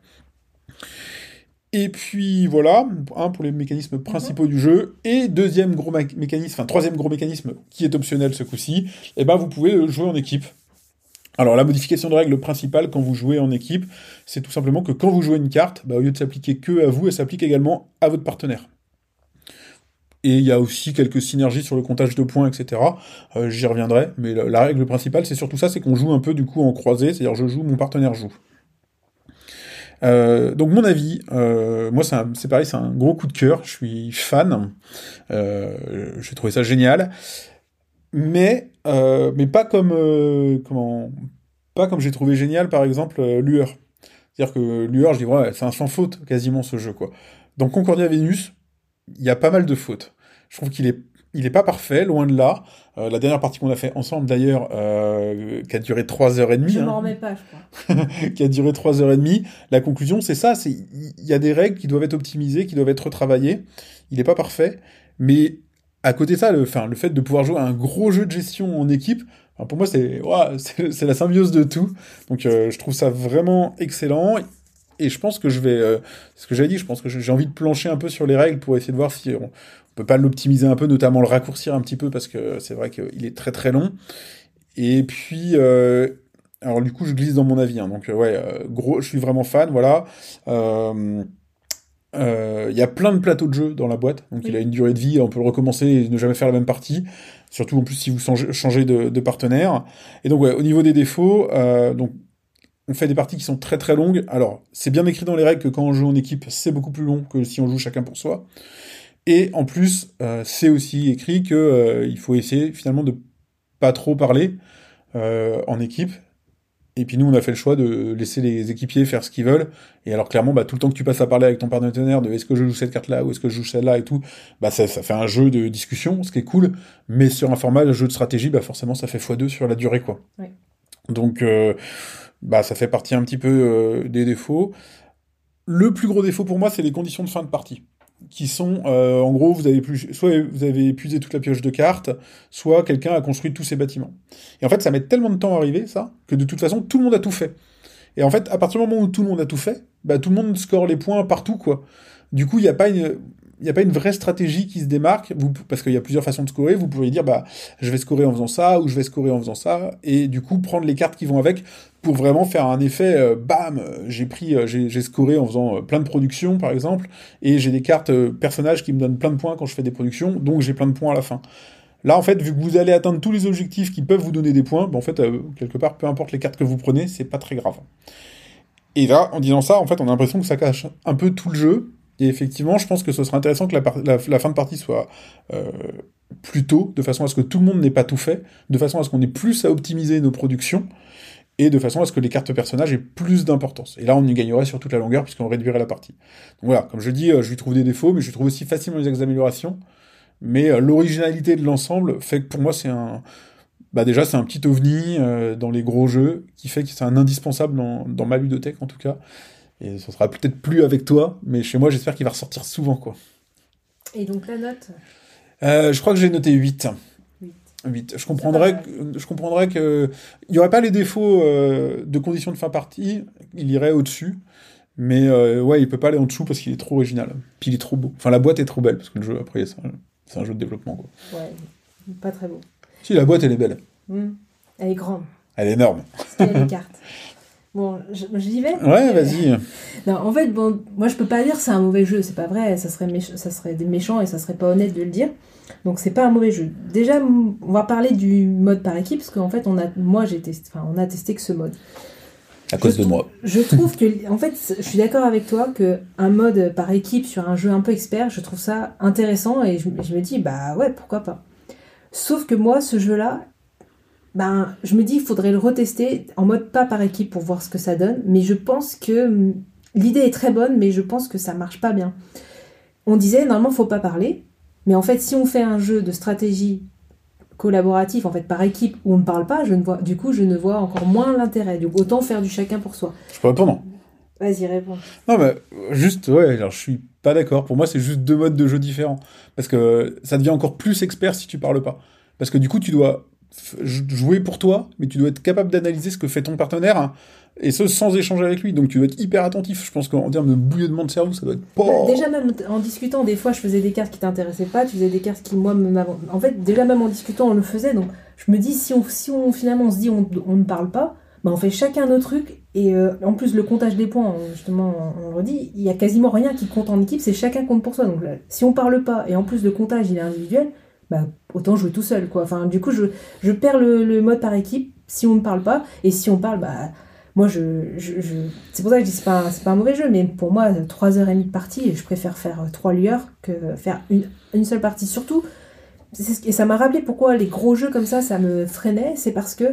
Speaker 4: Et puis voilà, un pour les mécanismes principaux mm-hmm. du jeu, et deuxième gros mé- mécanisme, enfin troisième gros mécanisme qui est optionnel ce coup-ci, et ben vous pouvez jouer en équipe. Alors la modification de règle principale quand vous jouez en équipe, c'est tout simplement que quand vous jouez une carte, bah, au lieu de s'appliquer que à vous, elle s'applique également à votre partenaire. Et il y a aussi quelques synergies sur le comptage de points, et cetera. Euh, j'y reviendrai, mais la, la règle principale, c'est surtout ça, c'est qu'on joue un peu du coup en croisée, c'est-à-dire je joue, mon partenaire joue. Euh, donc mon avis, euh, moi c'est, un, c'est pareil, c'est un gros coup de cœur, je suis fan, euh, j'ai trouvé ça génial. Mais, euh, mais pas comme, euh, comment, pas comme j'ai trouvé génial, par exemple, euh, Lueur. C'est-à-dire que Lueur, je dis, ouais, c'est un sans faute, quasiment, ce jeu, quoi. Dans Concordia Venus, il y a pas mal de fautes. Je trouve qu'il est, il est pas parfait, loin de là. Euh, la dernière partie qu'on a fait ensemble, d'ailleurs, euh, qui a duré trois heures et demie.
Speaker 3: Je
Speaker 4: hein,
Speaker 3: m'en remets pas, je crois.
Speaker 4: qui a duré trois heures et demie. La conclusion, c'est ça, c'est, il y a des règles qui doivent être optimisées, qui doivent être retravaillées. Il est pas parfait, mais à côté de ça, le, enfin, le fait de pouvoir jouer à un gros jeu de gestion en équipe, enfin, pour moi, c'est, ouah, c'est, c'est la symbiose de tout. Donc, euh, je trouve ça vraiment excellent. Et je pense que je vais, euh, c'est ce que j'avais dit, je pense que j'ai envie de plancher un peu sur les règles pour essayer de voir si on, on peut pas l'optimiser un peu, notamment le raccourcir un petit peu, parce que c'est vrai qu'il est très très long. Et puis, euh, alors du coup, je glisse dans mon avis. Hein, donc, euh, ouais, euh, gros, je suis vraiment fan, voilà. Euh, euh, Il y a plein de plateaux de jeu dans la boîte, donc
Speaker 3: Oui.
Speaker 4: il a une durée de vie, on peut le recommencer et ne jamais faire la même partie. Surtout en plus si vous changez, changez de, de partenaire. Et donc, ouais, au niveau des défauts, euh, donc on fait des parties qui sont très très longues. Alors, c'est bien écrit dans les règles que quand on joue en équipe, c'est beaucoup plus long que si on joue chacun pour soi. Et en plus, euh, c'est aussi écrit que euh, il faut essayer finalement de pas trop parler euh, en équipe. Et puis nous, on a fait le choix de laisser les équipiers faire ce qu'ils veulent. Et alors clairement, bah, tout le temps que tu passes à parler avec ton partenaire de est-ce que je joue cette carte-là ou est-ce que je joue celle-là et tout, bah ça, ça fait un jeu de discussion, ce qui est cool. Mais sur un format de jeu de stratégie, bah forcément, ça fait fois deux sur la durée, quoi.
Speaker 3: Ouais.
Speaker 4: Donc, euh, bah ça fait partie un petit peu euh, des défauts. Le plus gros défaut pour moi, c'est les conditions de fin de partie, qui sont, euh, en gros, vous avez plus, soit vous avez épuisé toute la pioche de cartes, soit quelqu'un a construit tous ses bâtiments. Et en fait, ça met tellement de temps à arriver, ça, que de toute façon, tout le monde a tout fait. Et en fait, à partir du moment où tout le monde a tout fait, bah, tout le monde score les points partout, quoi. Du coup, il n'y a pas une, il n'y a pas une vraie stratégie qui se démarque, vous, parce qu'il y a plusieurs façons de scorer. Vous pourriez dire, bah, je vais scorer en faisant ça, ou je vais scorer en faisant ça, et du coup, prendre les cartes qui vont avec pour vraiment faire un effet, euh, bam, j'ai pris, euh, j'ai, j'ai scoré en faisant euh, plein de productions, par exemple, et j'ai des cartes euh, personnages qui me donnent plein de points quand je fais des productions, donc j'ai plein de points à la fin. Là, en fait, vu que vous allez atteindre tous les objectifs qui peuvent vous donner des points, bah, en fait, euh, quelque part, peu importe les cartes que vous prenez, c'est pas très grave. Et là, en disant ça, en fait, on a l'impression que ça cache un peu tout le jeu. Et effectivement, je pense que ce serait intéressant que la, par- la, la fin de partie soit euh, plus tôt, de façon à ce que tout le monde n'ait pas tout fait, de façon à ce qu'on ait plus à optimiser nos productions, et de façon à ce que les cartes personnages aient plus d'importance. Et là, on y gagnerait sur toute la longueur, puisqu'on réduirait la partie. Donc voilà, comme je dis, euh, je lui trouve des défauts, mais je lui trouve aussi facilement des améliorations. Mais euh, l'originalité de l'ensemble fait que pour moi, c'est un... Bah déjà, c'est un petit ovni euh, dans les gros jeux, qui fait que c'est un indispensable dans, dans ma ludothèque, en tout cas. Et ce sera peut-être plus avec toi, mais chez moi, j'espère qu'il va ressortir souvent, quoi.
Speaker 3: Et donc la note
Speaker 4: Euh, je crois que j'ai noté huit.
Speaker 3: huit.
Speaker 4: huit. Je comprendrais, que, je comprendrais que il y aurait pas les défauts euh, de conditions de fin partie, il irait au-dessus. Mais euh, ouais, il peut pas aller en dessous parce qu'il est trop original. Puis il est trop beau. Enfin, la boîte est trop belle parce que le jeu, après, c'est un, c'est un jeu de développement, quoi.
Speaker 3: Ouais, pas très beau.
Speaker 4: Si, la boîte, elle est belle.
Speaker 3: Hmm. Elle est grande.
Speaker 4: Elle est énorme.
Speaker 3: Parce qu'il y a les cartes. Bon, je- j'y vais.
Speaker 4: Ouais, vas-y.
Speaker 3: Non, en fait, bon, moi je peux pas dire que c'est un mauvais jeu, c'est pas vrai, ça serait, méch- ça serait des méchants et ça serait pas honnête de le dire. Donc c'est pas un mauvais jeu. Déjà, m- on va parler du mode par équipe, parce qu'en fait, on a, moi j'ai testé, enfin, on a testé que ce mode.
Speaker 4: À cause
Speaker 3: Je
Speaker 4: de
Speaker 3: trou-
Speaker 4: moi.
Speaker 3: Je trouve que, en fait, je suis d'accord avec toi que un mode par équipe sur un jeu un peu expert, je trouve ça intéressant et je, je me dis, bah ouais, pourquoi pas. Sauf que moi, ce jeu-là, ben, je me dis, il faudrait le retester en mode pas par équipe pour voir ce que ça donne. Mais je pense que hum, l'idée est très bonne, mais je pense que ça marche pas bien. On disait, normalement, faut pas parler. Mais en fait, si on fait un jeu de stratégie collaboratif, en fait, par équipe, où on ne parle pas, je ne vois, du coup, je ne vois encore moins l'intérêt. Donc, autant faire du chacun pour soi.
Speaker 4: Je peux répondre.
Speaker 3: Vas-y, réponds.
Speaker 4: Non, mais euh, juste, ouais, alors je suis pas d'accord. Pour moi, c'est juste deux modes de jeu différents. Parce que ça devient encore plus expert si tu parles pas. Parce que du coup, tu dois f- jouer pour toi, mais tu dois être capable d'analyser ce que fait ton partenaire, hein, et ce, sans échanger avec lui. Donc tu dois être hyper attentif. Je pense qu'en termes de bouillonnement de cerveau, ça doit être pas...
Speaker 3: Bah, déjà, même en discutant, des fois, je faisais des cartes qui t'intéressaient pas, tu faisais des cartes qui, moi, me m'avaient- En fait, déjà, même en discutant, on le faisait. Donc, je me dis, si on, si on finalement, on se dit, on, on ne parle pas, bah, on fait chacun nos trucs. Et euh, en plus, le comptage des points, justement, on, on le redit, il y a quasiment rien qui compte en équipe, c'est chacun compte pour soi. Donc, là, si on parle pas, et en plus, le comptage, il est individuel, bah, autant jouer tout seul, quoi. Enfin, du coup, je, je perds le, le mode par équipe si on ne parle pas. Et si on parle, bah... Moi, je, je, je... c'est pour ça que je dis que c'est pas, un- c'est pas un mauvais jeu, mais pour moi, trois heures et demie de partie, je préfère faire trois lueurs que faire une, une seule partie. Surtout, c'est ce- et ça m'a rappelé pourquoi les gros jeux comme ça, ça me freinait, c'est parce que,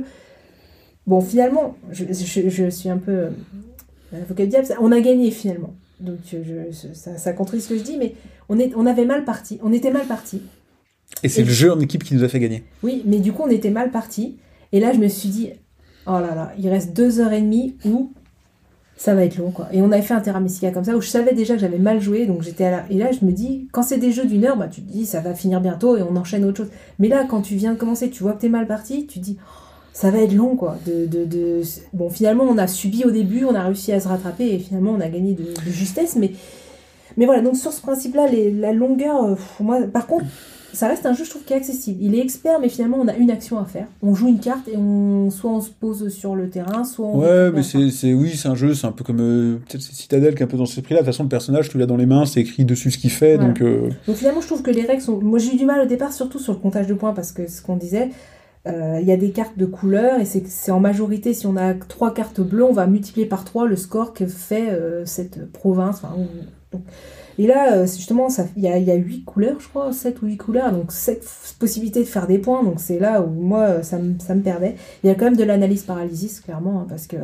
Speaker 3: bon, finalement, je, je, je suis un peu euh, l'avocat du diable, ça- on a gagné finalement. Donc, je, ça, ça contredit ce que je dis, mais on, est, on avait mal parti, on était mal parti.
Speaker 4: Et c'est
Speaker 3: Et-
Speaker 4: le jeu en équipe qui nous a fait gagner.
Speaker 3: Oui, mais du coup, on était mal parti. Et là, je me suis dit, oh là là, il reste deux heures et demie où ça va être long, quoi. Et on avait fait un Terra Mystica comme ça, où je savais déjà que j'avais mal joué, donc j'étais à la... Et là, je me dis, quand c'est des jeux d'une heure, bah, tu te dis, ça va finir bientôt, et on enchaîne autre chose. Mais là, quand tu viens de commencer, tu vois que t'es mal parti, tu te dis, oh, ça va être long, quoi. De, de, de... Bon, finalement, on a subi au début, on a réussi à se rattraper, et finalement, on a gagné de, de justesse, mais... Mais voilà, donc sur ce principe-là, les, la longueur, euh, moi, par contre, ça reste un jeu, je trouve, qui est accessible. Il est expert, mais finalement, on a une action à faire. On joue une carte et on, soit on se pose sur le terrain, soit on...
Speaker 4: Ouais, mais c'est, c'est, oui, c'est un jeu, c'est un peu comme, euh, peut-être c'est Citadel qui est un peu dans ce prix-là. De toute façon, le personnage, tu l'as dans les mains, c'est écrit dessus ce qu'il fait,
Speaker 3: Voilà.
Speaker 4: donc... Euh...
Speaker 3: Donc finalement, je trouve que les règles sont... Moi, j'ai eu du mal au départ, surtout sur le comptage de points, parce que ce qu'on disait, il euh, y a des cartes de couleurs, et c'est, c'est en majorité, si on a trois cartes bleues, on va multiplier par trois le score que fait euh, cette province, enfin... On... Donc... Et là, justement, il y a, y a huit couleurs, je crois, sept ou huit couleurs, donc sept possibilités de faire des points, donc c'est là où moi, ça, me, ça me perdait. Il y a quand même de l'analyse paralysis, clairement, hein, parce que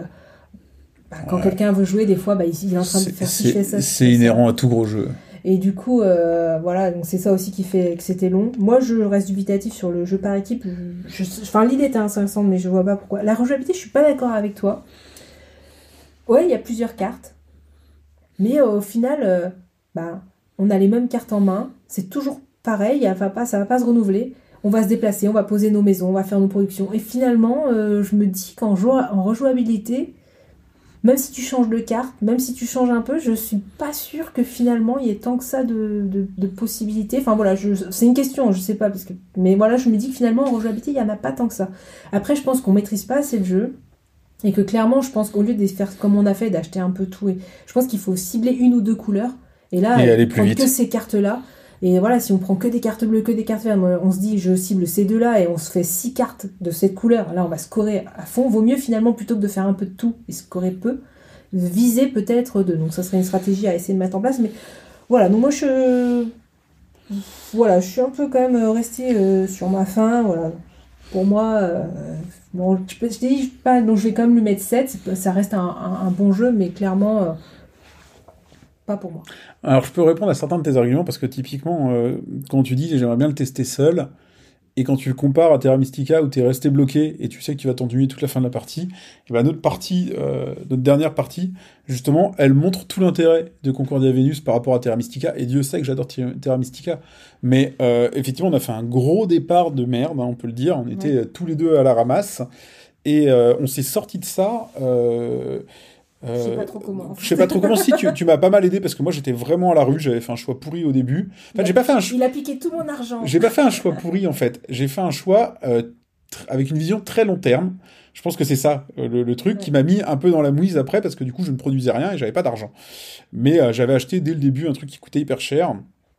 Speaker 3: bah, quand ouais. quelqu'un veut jouer, des fois, bah, il, il est en train de faire si je fais ça.
Speaker 4: C'est inhérent ça. À tout gros jeu.
Speaker 3: Et du coup, euh, voilà, donc c'est ça aussi qui fait que c'était long. Moi, je reste dubitatif sur le jeu par équipe. Je, je, enfin, l'idée était intéressante, mais je vois pas pourquoi. La rejouabilité, je suis pas d'accord avec toi. Ouais, il y a plusieurs cartes, mais euh, au final... Euh, bah, on a les mêmes cartes en main, c'est toujours pareil, ça va pas, ça va pas se renouveler, on va se déplacer, on va poser nos maisons, on va faire nos productions, et finalement, euh, je me dis qu'en jou- en rejouabilité, même si tu changes de carte, même si tu changes un peu, je suis pas sûre que finalement, il y ait tant que ça de, de, de possibilités, enfin voilà, je, c'est une question, je sais pas, parce que, mais voilà, je me dis que finalement, en rejouabilité, il y en a pas tant que ça. Après, je pense qu'on maîtrise pas assez le jeu, et que clairement, je pense qu'au lieu de faire comme on a fait, d'acheter un peu tout, et je pense qu'il faut cibler une ou deux couleurs. Et là,
Speaker 4: et
Speaker 3: on prend que ces cartes-là. Et voilà, si on prend que des cartes bleues, que des cartes vertes, on se dit, je cible ces deux-là et on se fait six cartes de cette couleur. Là, on va scorer à fond. Vaut mieux finalement, plutôt que de faire un peu de tout et scorer peu, viser peut-être deux. Donc ça serait une stratégie à essayer de mettre en place. Mais voilà, donc moi, je... Voilà, je suis un peu quand même restée euh, sur ma faim. Voilà. Pour moi, euh, bon, je, je dis pas, donc je vais quand même lui mettre sept. Ça reste un, un, un bon jeu, mais clairement... Euh, pas pour moi.
Speaker 4: Alors, je peux répondre à certains de tes arguments, parce que typiquement, euh, quand tu dis « j'aimerais bien le tester seul », et quand tu le compares à Terra Mystica, où tu es resté bloqué, et tu sais que tu vas t'ennuyer toute la fin de la partie, et ben notre partie, euh, notre dernière partie, justement, elle montre tout l'intérêt de Concordia Venus par rapport à Terra Mystica, et Dieu sait que j'adore Terra Mystica, mais euh, effectivement, on a fait un gros départ de merde, hein, on peut le dire, on était ouais. tous les deux à la ramasse, et euh, on s'est sorti de ça... Euh,
Speaker 3: Euh, je sais pas trop comment. En fait.
Speaker 4: Je sais pas trop comment. Si tu, tu m'as pas mal aidé parce que moi j'étais vraiment à la rue, j'avais fait un choix pourri au début. En fait,
Speaker 3: il
Speaker 4: j'ai
Speaker 3: a,
Speaker 4: pas fait un choix.
Speaker 3: Il a piqué tout mon argent.
Speaker 4: J'ai pas fait un choix pourri en fait. J'ai fait un choix euh, tr- avec une vision très long terme. Je pense que c'est ça euh, le, le truc ouais. qui m'a mis un peu dans la mouise après parce que du coup je ne produisais rien et j'avais pas d'argent. Mais euh, j'avais acheté dès le début un truc qui coûtait hyper cher.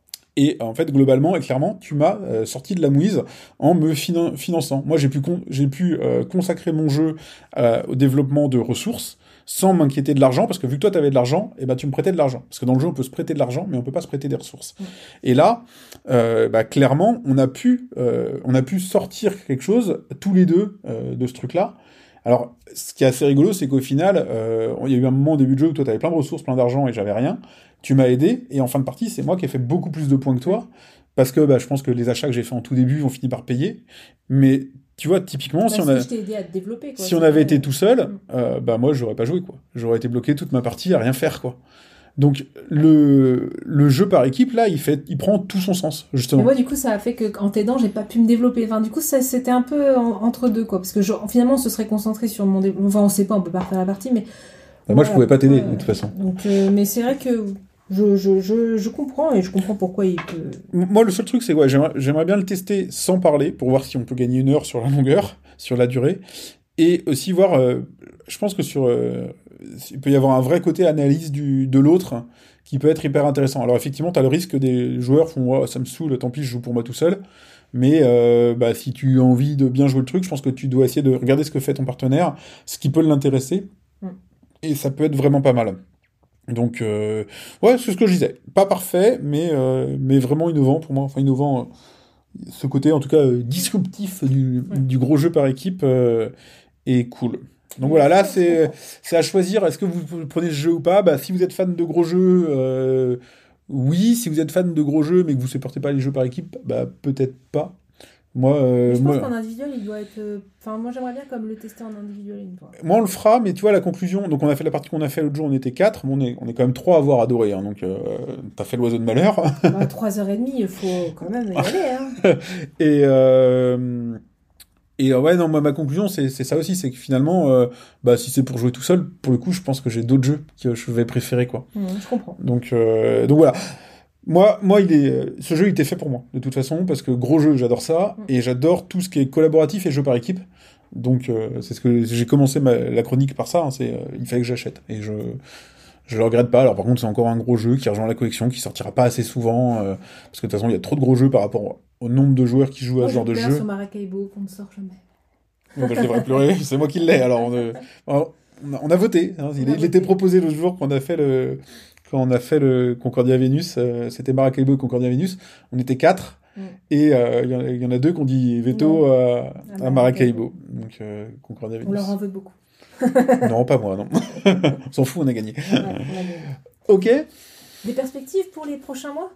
Speaker 4: Et en fait, globalement et clairement, tu m'as euh, sorti de la mouise en me finan- finançant. Moi, j'ai pu, con- j'ai pu euh, consacrer mon jeu euh, au développement de ressources sans m'inquiéter de l'argent, parce que vu que toi, tu avais de l'argent, eh ben, tu me prêtais de l'argent. Parce que dans le jeu, on peut se prêter de l'argent, mais on peut pas se prêter des ressources. Mmh. Et là, euh, bah, clairement, on a, pu, euh, on a pu sortir quelque chose, tous les deux, euh, de ce truc-là. Alors, ce qui est assez rigolo, c'est qu'au final, euh, il y a eu un moment au début de jeu où toi, tu avais plein de ressources, plein d'argent, et j'avais rien. Tu m'as aidé, et en fin de partie, c'est moi qui ai fait beaucoup plus de points que toi, parce que bah, je pense que les achats que j'ai fait en tout début vont finir par payer. Mais tu vois, typiquement, bah, si, on, a...
Speaker 3: je t'ai aidé à te développer, quoi,
Speaker 4: si on avait été tout seul, euh, bah, moi, j'aurais pas joué, quoi. J'aurais été bloqué toute ma partie à rien faire, quoi. Donc, le, le jeu par équipe, là, il, fait... il prend tout son sens, justement.
Speaker 3: Et moi, du coup, ça a fait qu'en t'aidant, j'ai pas pu me développer. Enfin, du coup, ça, c'était un peu en... entre deux, quoi. Parce que genre, finalement, on se serait concentré sur mon développement. Enfin, on sait pas, on peut pas refaire la partie, mais.
Speaker 4: Bah, moi, voilà, je pouvais pas t'aider, euh... de toute façon.
Speaker 3: Donc, euh, mais c'est vrai que. Je, je, je, je comprends et je comprends pourquoi il peut...
Speaker 4: Moi, le seul truc, c'est que ouais, j'aimerais, j'aimerais bien le tester sans parler pour voir si on peut gagner une heure sur la longueur, sur la durée. Et aussi voir... Euh, je pense que sur... Euh, il peut y avoir un vrai côté analyse du, de l'autre qui peut être hyper intéressant. Alors effectivement, tu as le risque que des joueurs font oh, « ça me saoule, tant pis, je joue pour moi tout seul ». Mais euh, bah, si tu as envie de bien jouer le truc, je pense que tu dois essayer de regarder ce que fait ton partenaire, ce qui peut l'intéresser. Mm. Et ça peut être vraiment pas mal. Donc, euh, ouais, c'est ce que je disais. Pas parfait, mais, euh, mais vraiment innovant pour moi. Enfin, innovant, euh, ce côté, en tout cas, euh, disruptif du, ouais. du gros jeu par équipe euh, est cool. Donc voilà, là, c'est, c'est à choisir. Est-ce que vous prenez ce jeu ou pas ? Bah, si vous êtes fan de gros jeux, euh, oui. Si vous êtes fan de gros jeux, mais que vous ne supportez pas les jeux par équipe, bah, peut-être pas. Moi, euh,
Speaker 3: je pense
Speaker 4: moi...
Speaker 3: qu'en individuel, il il doit être... Enfin, moi, j'aimerais bien comme le tester en individuel une fois.
Speaker 4: Moi, on le fera, mais tu vois, la conclusion... Donc, on a fait la partie qu'on a fait l'autre jour, on était quatre. Bon, on est, on est quand même trois à avoir adoré. Hein, donc, euh, t'as fait l'oiseau de malheur.
Speaker 3: Bah, trois heures trente, il faut quand même y aller. Hein.
Speaker 4: Et... Euh... Et euh, ouais, non, moi, ma conclusion, c'est, c'est ça aussi, c'est que finalement, euh, bah, si c'est pour jouer tout seul, pour le coup, je pense que j'ai d'autres jeux que je vais préférer, quoi.
Speaker 3: Mmh, je comprends.
Speaker 4: Donc, euh, donc voilà. Moi, moi, il est, ce jeu, il était fait pour moi, de toute façon, parce que gros jeu, j'adore ça, mmh. et j'adore tout ce qui est collaboratif et jeu par équipe. Donc, euh, c'est ce que j'ai commencé ma, la chronique par ça, hein, c'est, euh, il fallait que j'achète. Et je, je le regrette pas. Alors, par contre, c'est encore un gros jeu qui rejoint la collection, qui sortira pas assez souvent, euh, parce que de toute façon, il y a trop de gros jeux par rapport au nombre de joueurs qui jouent
Speaker 3: moi,
Speaker 4: à ce genre de jeu.
Speaker 3: sur Maracaibo qu'on ne sort jamais.
Speaker 4: Bon, bah, je devrais pleurer, c'est moi qui l'ai. Alors, on, euh, on, a, on a voté. Hein, il, a il était proposé l'autre jour quand on a fait le, quand on a fait le Concordia Vénus. Euh, c'était Maracaibo et Concordia Vénus. On était quatre. Mm. Et il euh, y, y en a deux qui ont dit veto à, à, à Maracaibo. Donc, euh, Concordia Vénus.
Speaker 3: On leur en veut beaucoup.
Speaker 4: Non, pas moi, non. On s'en fout, on a gagné.
Speaker 3: Ouais, on a gagné.
Speaker 4: Ok.
Speaker 3: Des perspectives pour les prochains mois?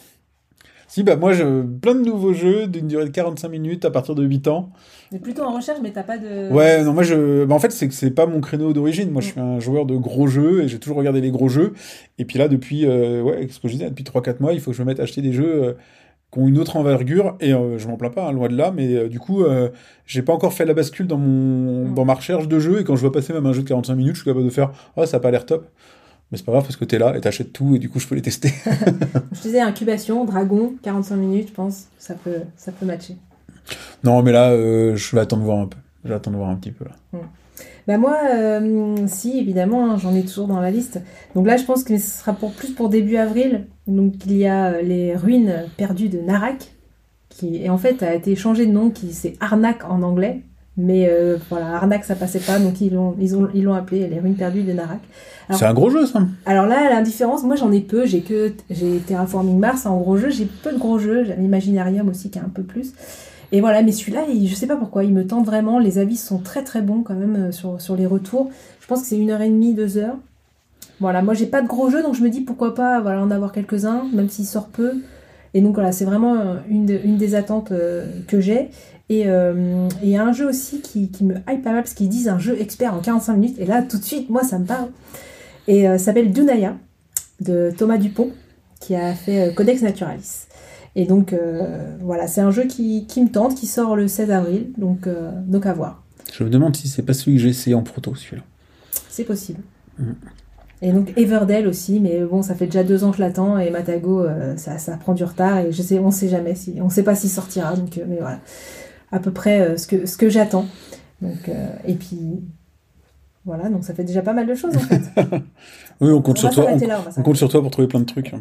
Speaker 4: Si, bah moi, je... plein de nouveaux jeux d'une durée de quarante-cinq minutes à partir de huit ans.
Speaker 3: Mais plutôt en recherche, mais t'as pas de...
Speaker 4: Ouais, non, moi, je... Bah, en fait, c'est que c'est pas mon créneau d'origine. Moi, mm. je suis un joueur de gros jeux et j'ai toujours regardé les gros jeux. Et puis là, depuis, euh, ouais, ce que je disais, depuis trois quatre mois, il faut que je me mette à acheter des jeux euh, qui ont une autre envergure. Et euh, je m'en plains pas, hein, loin de là. Mais euh, du coup, euh, j'ai pas encore fait la bascule dans, mon... mm. dans ma recherche de jeux. Et quand je vois passer même un jeu de quarante-cinq minutes, je suis capable de faire « Ah, oh, ça a pas l'air top ». Mais c'est pas grave parce que t'es là et t'achètes tout et du coup je peux les tester.
Speaker 3: Je disais incubation, dragon, quarante-cinq minutes, je pense, ça peut, ça peut matcher.
Speaker 4: Non mais là, euh, je vais attendre de voir un peu. Je vais attendre de voir un petit peu là.
Speaker 3: Hum. Bah moi, euh, si évidemment, hein, j'en ai toujours dans la liste. Donc là, je pense que ce sera pour plus pour début avril. Donc il y a les ruines perdues de Narak, qui et en fait a été changé de nom, qui c'est Arnak en anglais. Mais euh, voilà, Arnak ça passait pas, donc ils l'ont, ils ont, ils l'ont appelé les ruines perdues de Narak. Alors,
Speaker 4: c'est un gros jeu ça.
Speaker 3: Alors là, la différence, moi j'en ai peu, j'ai que j'ai Terraforming Mars en gros jeu, j'ai peu de gros jeux, j'ai l'Imaginarium aussi qui a un peu plus. Et voilà, mais celui-là, il, je sais pas pourquoi, il me tente vraiment, les avis sont très très bons quand même euh, sur, sur les retours. Je pense que c'est une heure et demie, deux heures. Voilà, moi j'ai pas de gros jeux, donc je me dis pourquoi pas voilà, en avoir quelques-uns, même s'il sort peu. Et donc voilà, c'est vraiment une, de, une des attentes euh, que j'ai. Et il euh, y a un jeu aussi qui, qui me hype pas mal, parce qu'ils disent un jeu expert en quarante-cinq minutes, et là tout de suite, moi ça me parle. Et euh, ça s'appelle Dunaya, de Thomas Dupont, qui a fait euh, Codex Naturalis. Et donc euh, voilà, c'est un jeu qui, qui me tente, qui sort le seize avril, donc, euh, donc à voir.
Speaker 4: Je me demande si c'est pas celui que j'ai essayé en proto, celui-là.
Speaker 3: C'est possible. Mmh. Et donc Everdell aussi, mais bon, ça fait déjà deux ans que je l'attends, et Matago, euh, ça, ça prend du retard, et je sais, on sait jamais, si, on sait pas s'il sortira, donc, euh, mais voilà. À peu près euh, ce que, ce que j'attends. Donc, euh, et puis, voilà, donc ça fait déjà pas mal de choses en fait.
Speaker 4: Oui, on compte, on sur, toi, on,
Speaker 3: là, on
Speaker 4: on compte sur toi pour trouver plein de trucs.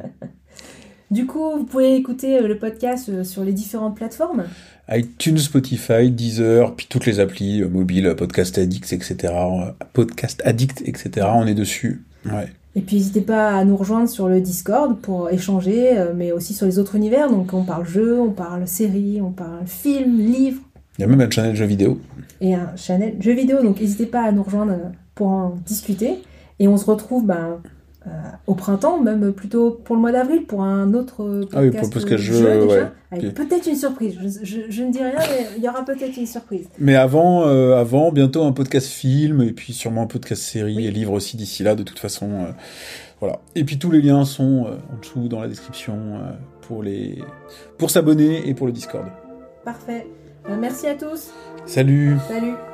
Speaker 3: Du coup, vous pouvez écouter euh, le podcast euh, sur les différentes plateformes.
Speaker 4: iTunes, Spotify, Deezer, puis toutes les applis euh, mobiles, Podcast Addict, et cetera. Podcast Addict, et cetera. On est dessus. Ouais.
Speaker 3: Et puis n'hésitez pas à nous rejoindre sur le Discord pour échanger, euh, mais aussi sur les autres univers. Donc on parle jeux, on parle séries, on parle films, livres.
Speaker 4: Il y a même un channel jeux vidéo.
Speaker 3: Et un channel jeux vidéo, donc n'hésitez pas à nous rejoindre pour en discuter. Et on se retrouve ben, euh, au printemps, même plutôt pour le mois d'avril, pour un autre podcast,
Speaker 4: ah oui, pour le podcast
Speaker 3: jeu,
Speaker 4: jeu,
Speaker 3: déjà,
Speaker 4: ouais.
Speaker 3: avec
Speaker 4: Puis...
Speaker 3: peut-être une surprise. Je, je, je ne dis rien, mais il y aura peut-être une surprise.
Speaker 4: Mais avant, euh, avant, bientôt un podcast film, et puis sûrement un podcast série
Speaker 3: oui.
Speaker 4: et livre aussi d'ici là, de toute façon... Euh... Voilà. Et puis tous les liens sont euh, en dessous dans la description euh, pour les pour s'abonner et pour le Discord.
Speaker 3: Parfait. Euh, merci à tous.
Speaker 4: Salut.
Speaker 3: Salut.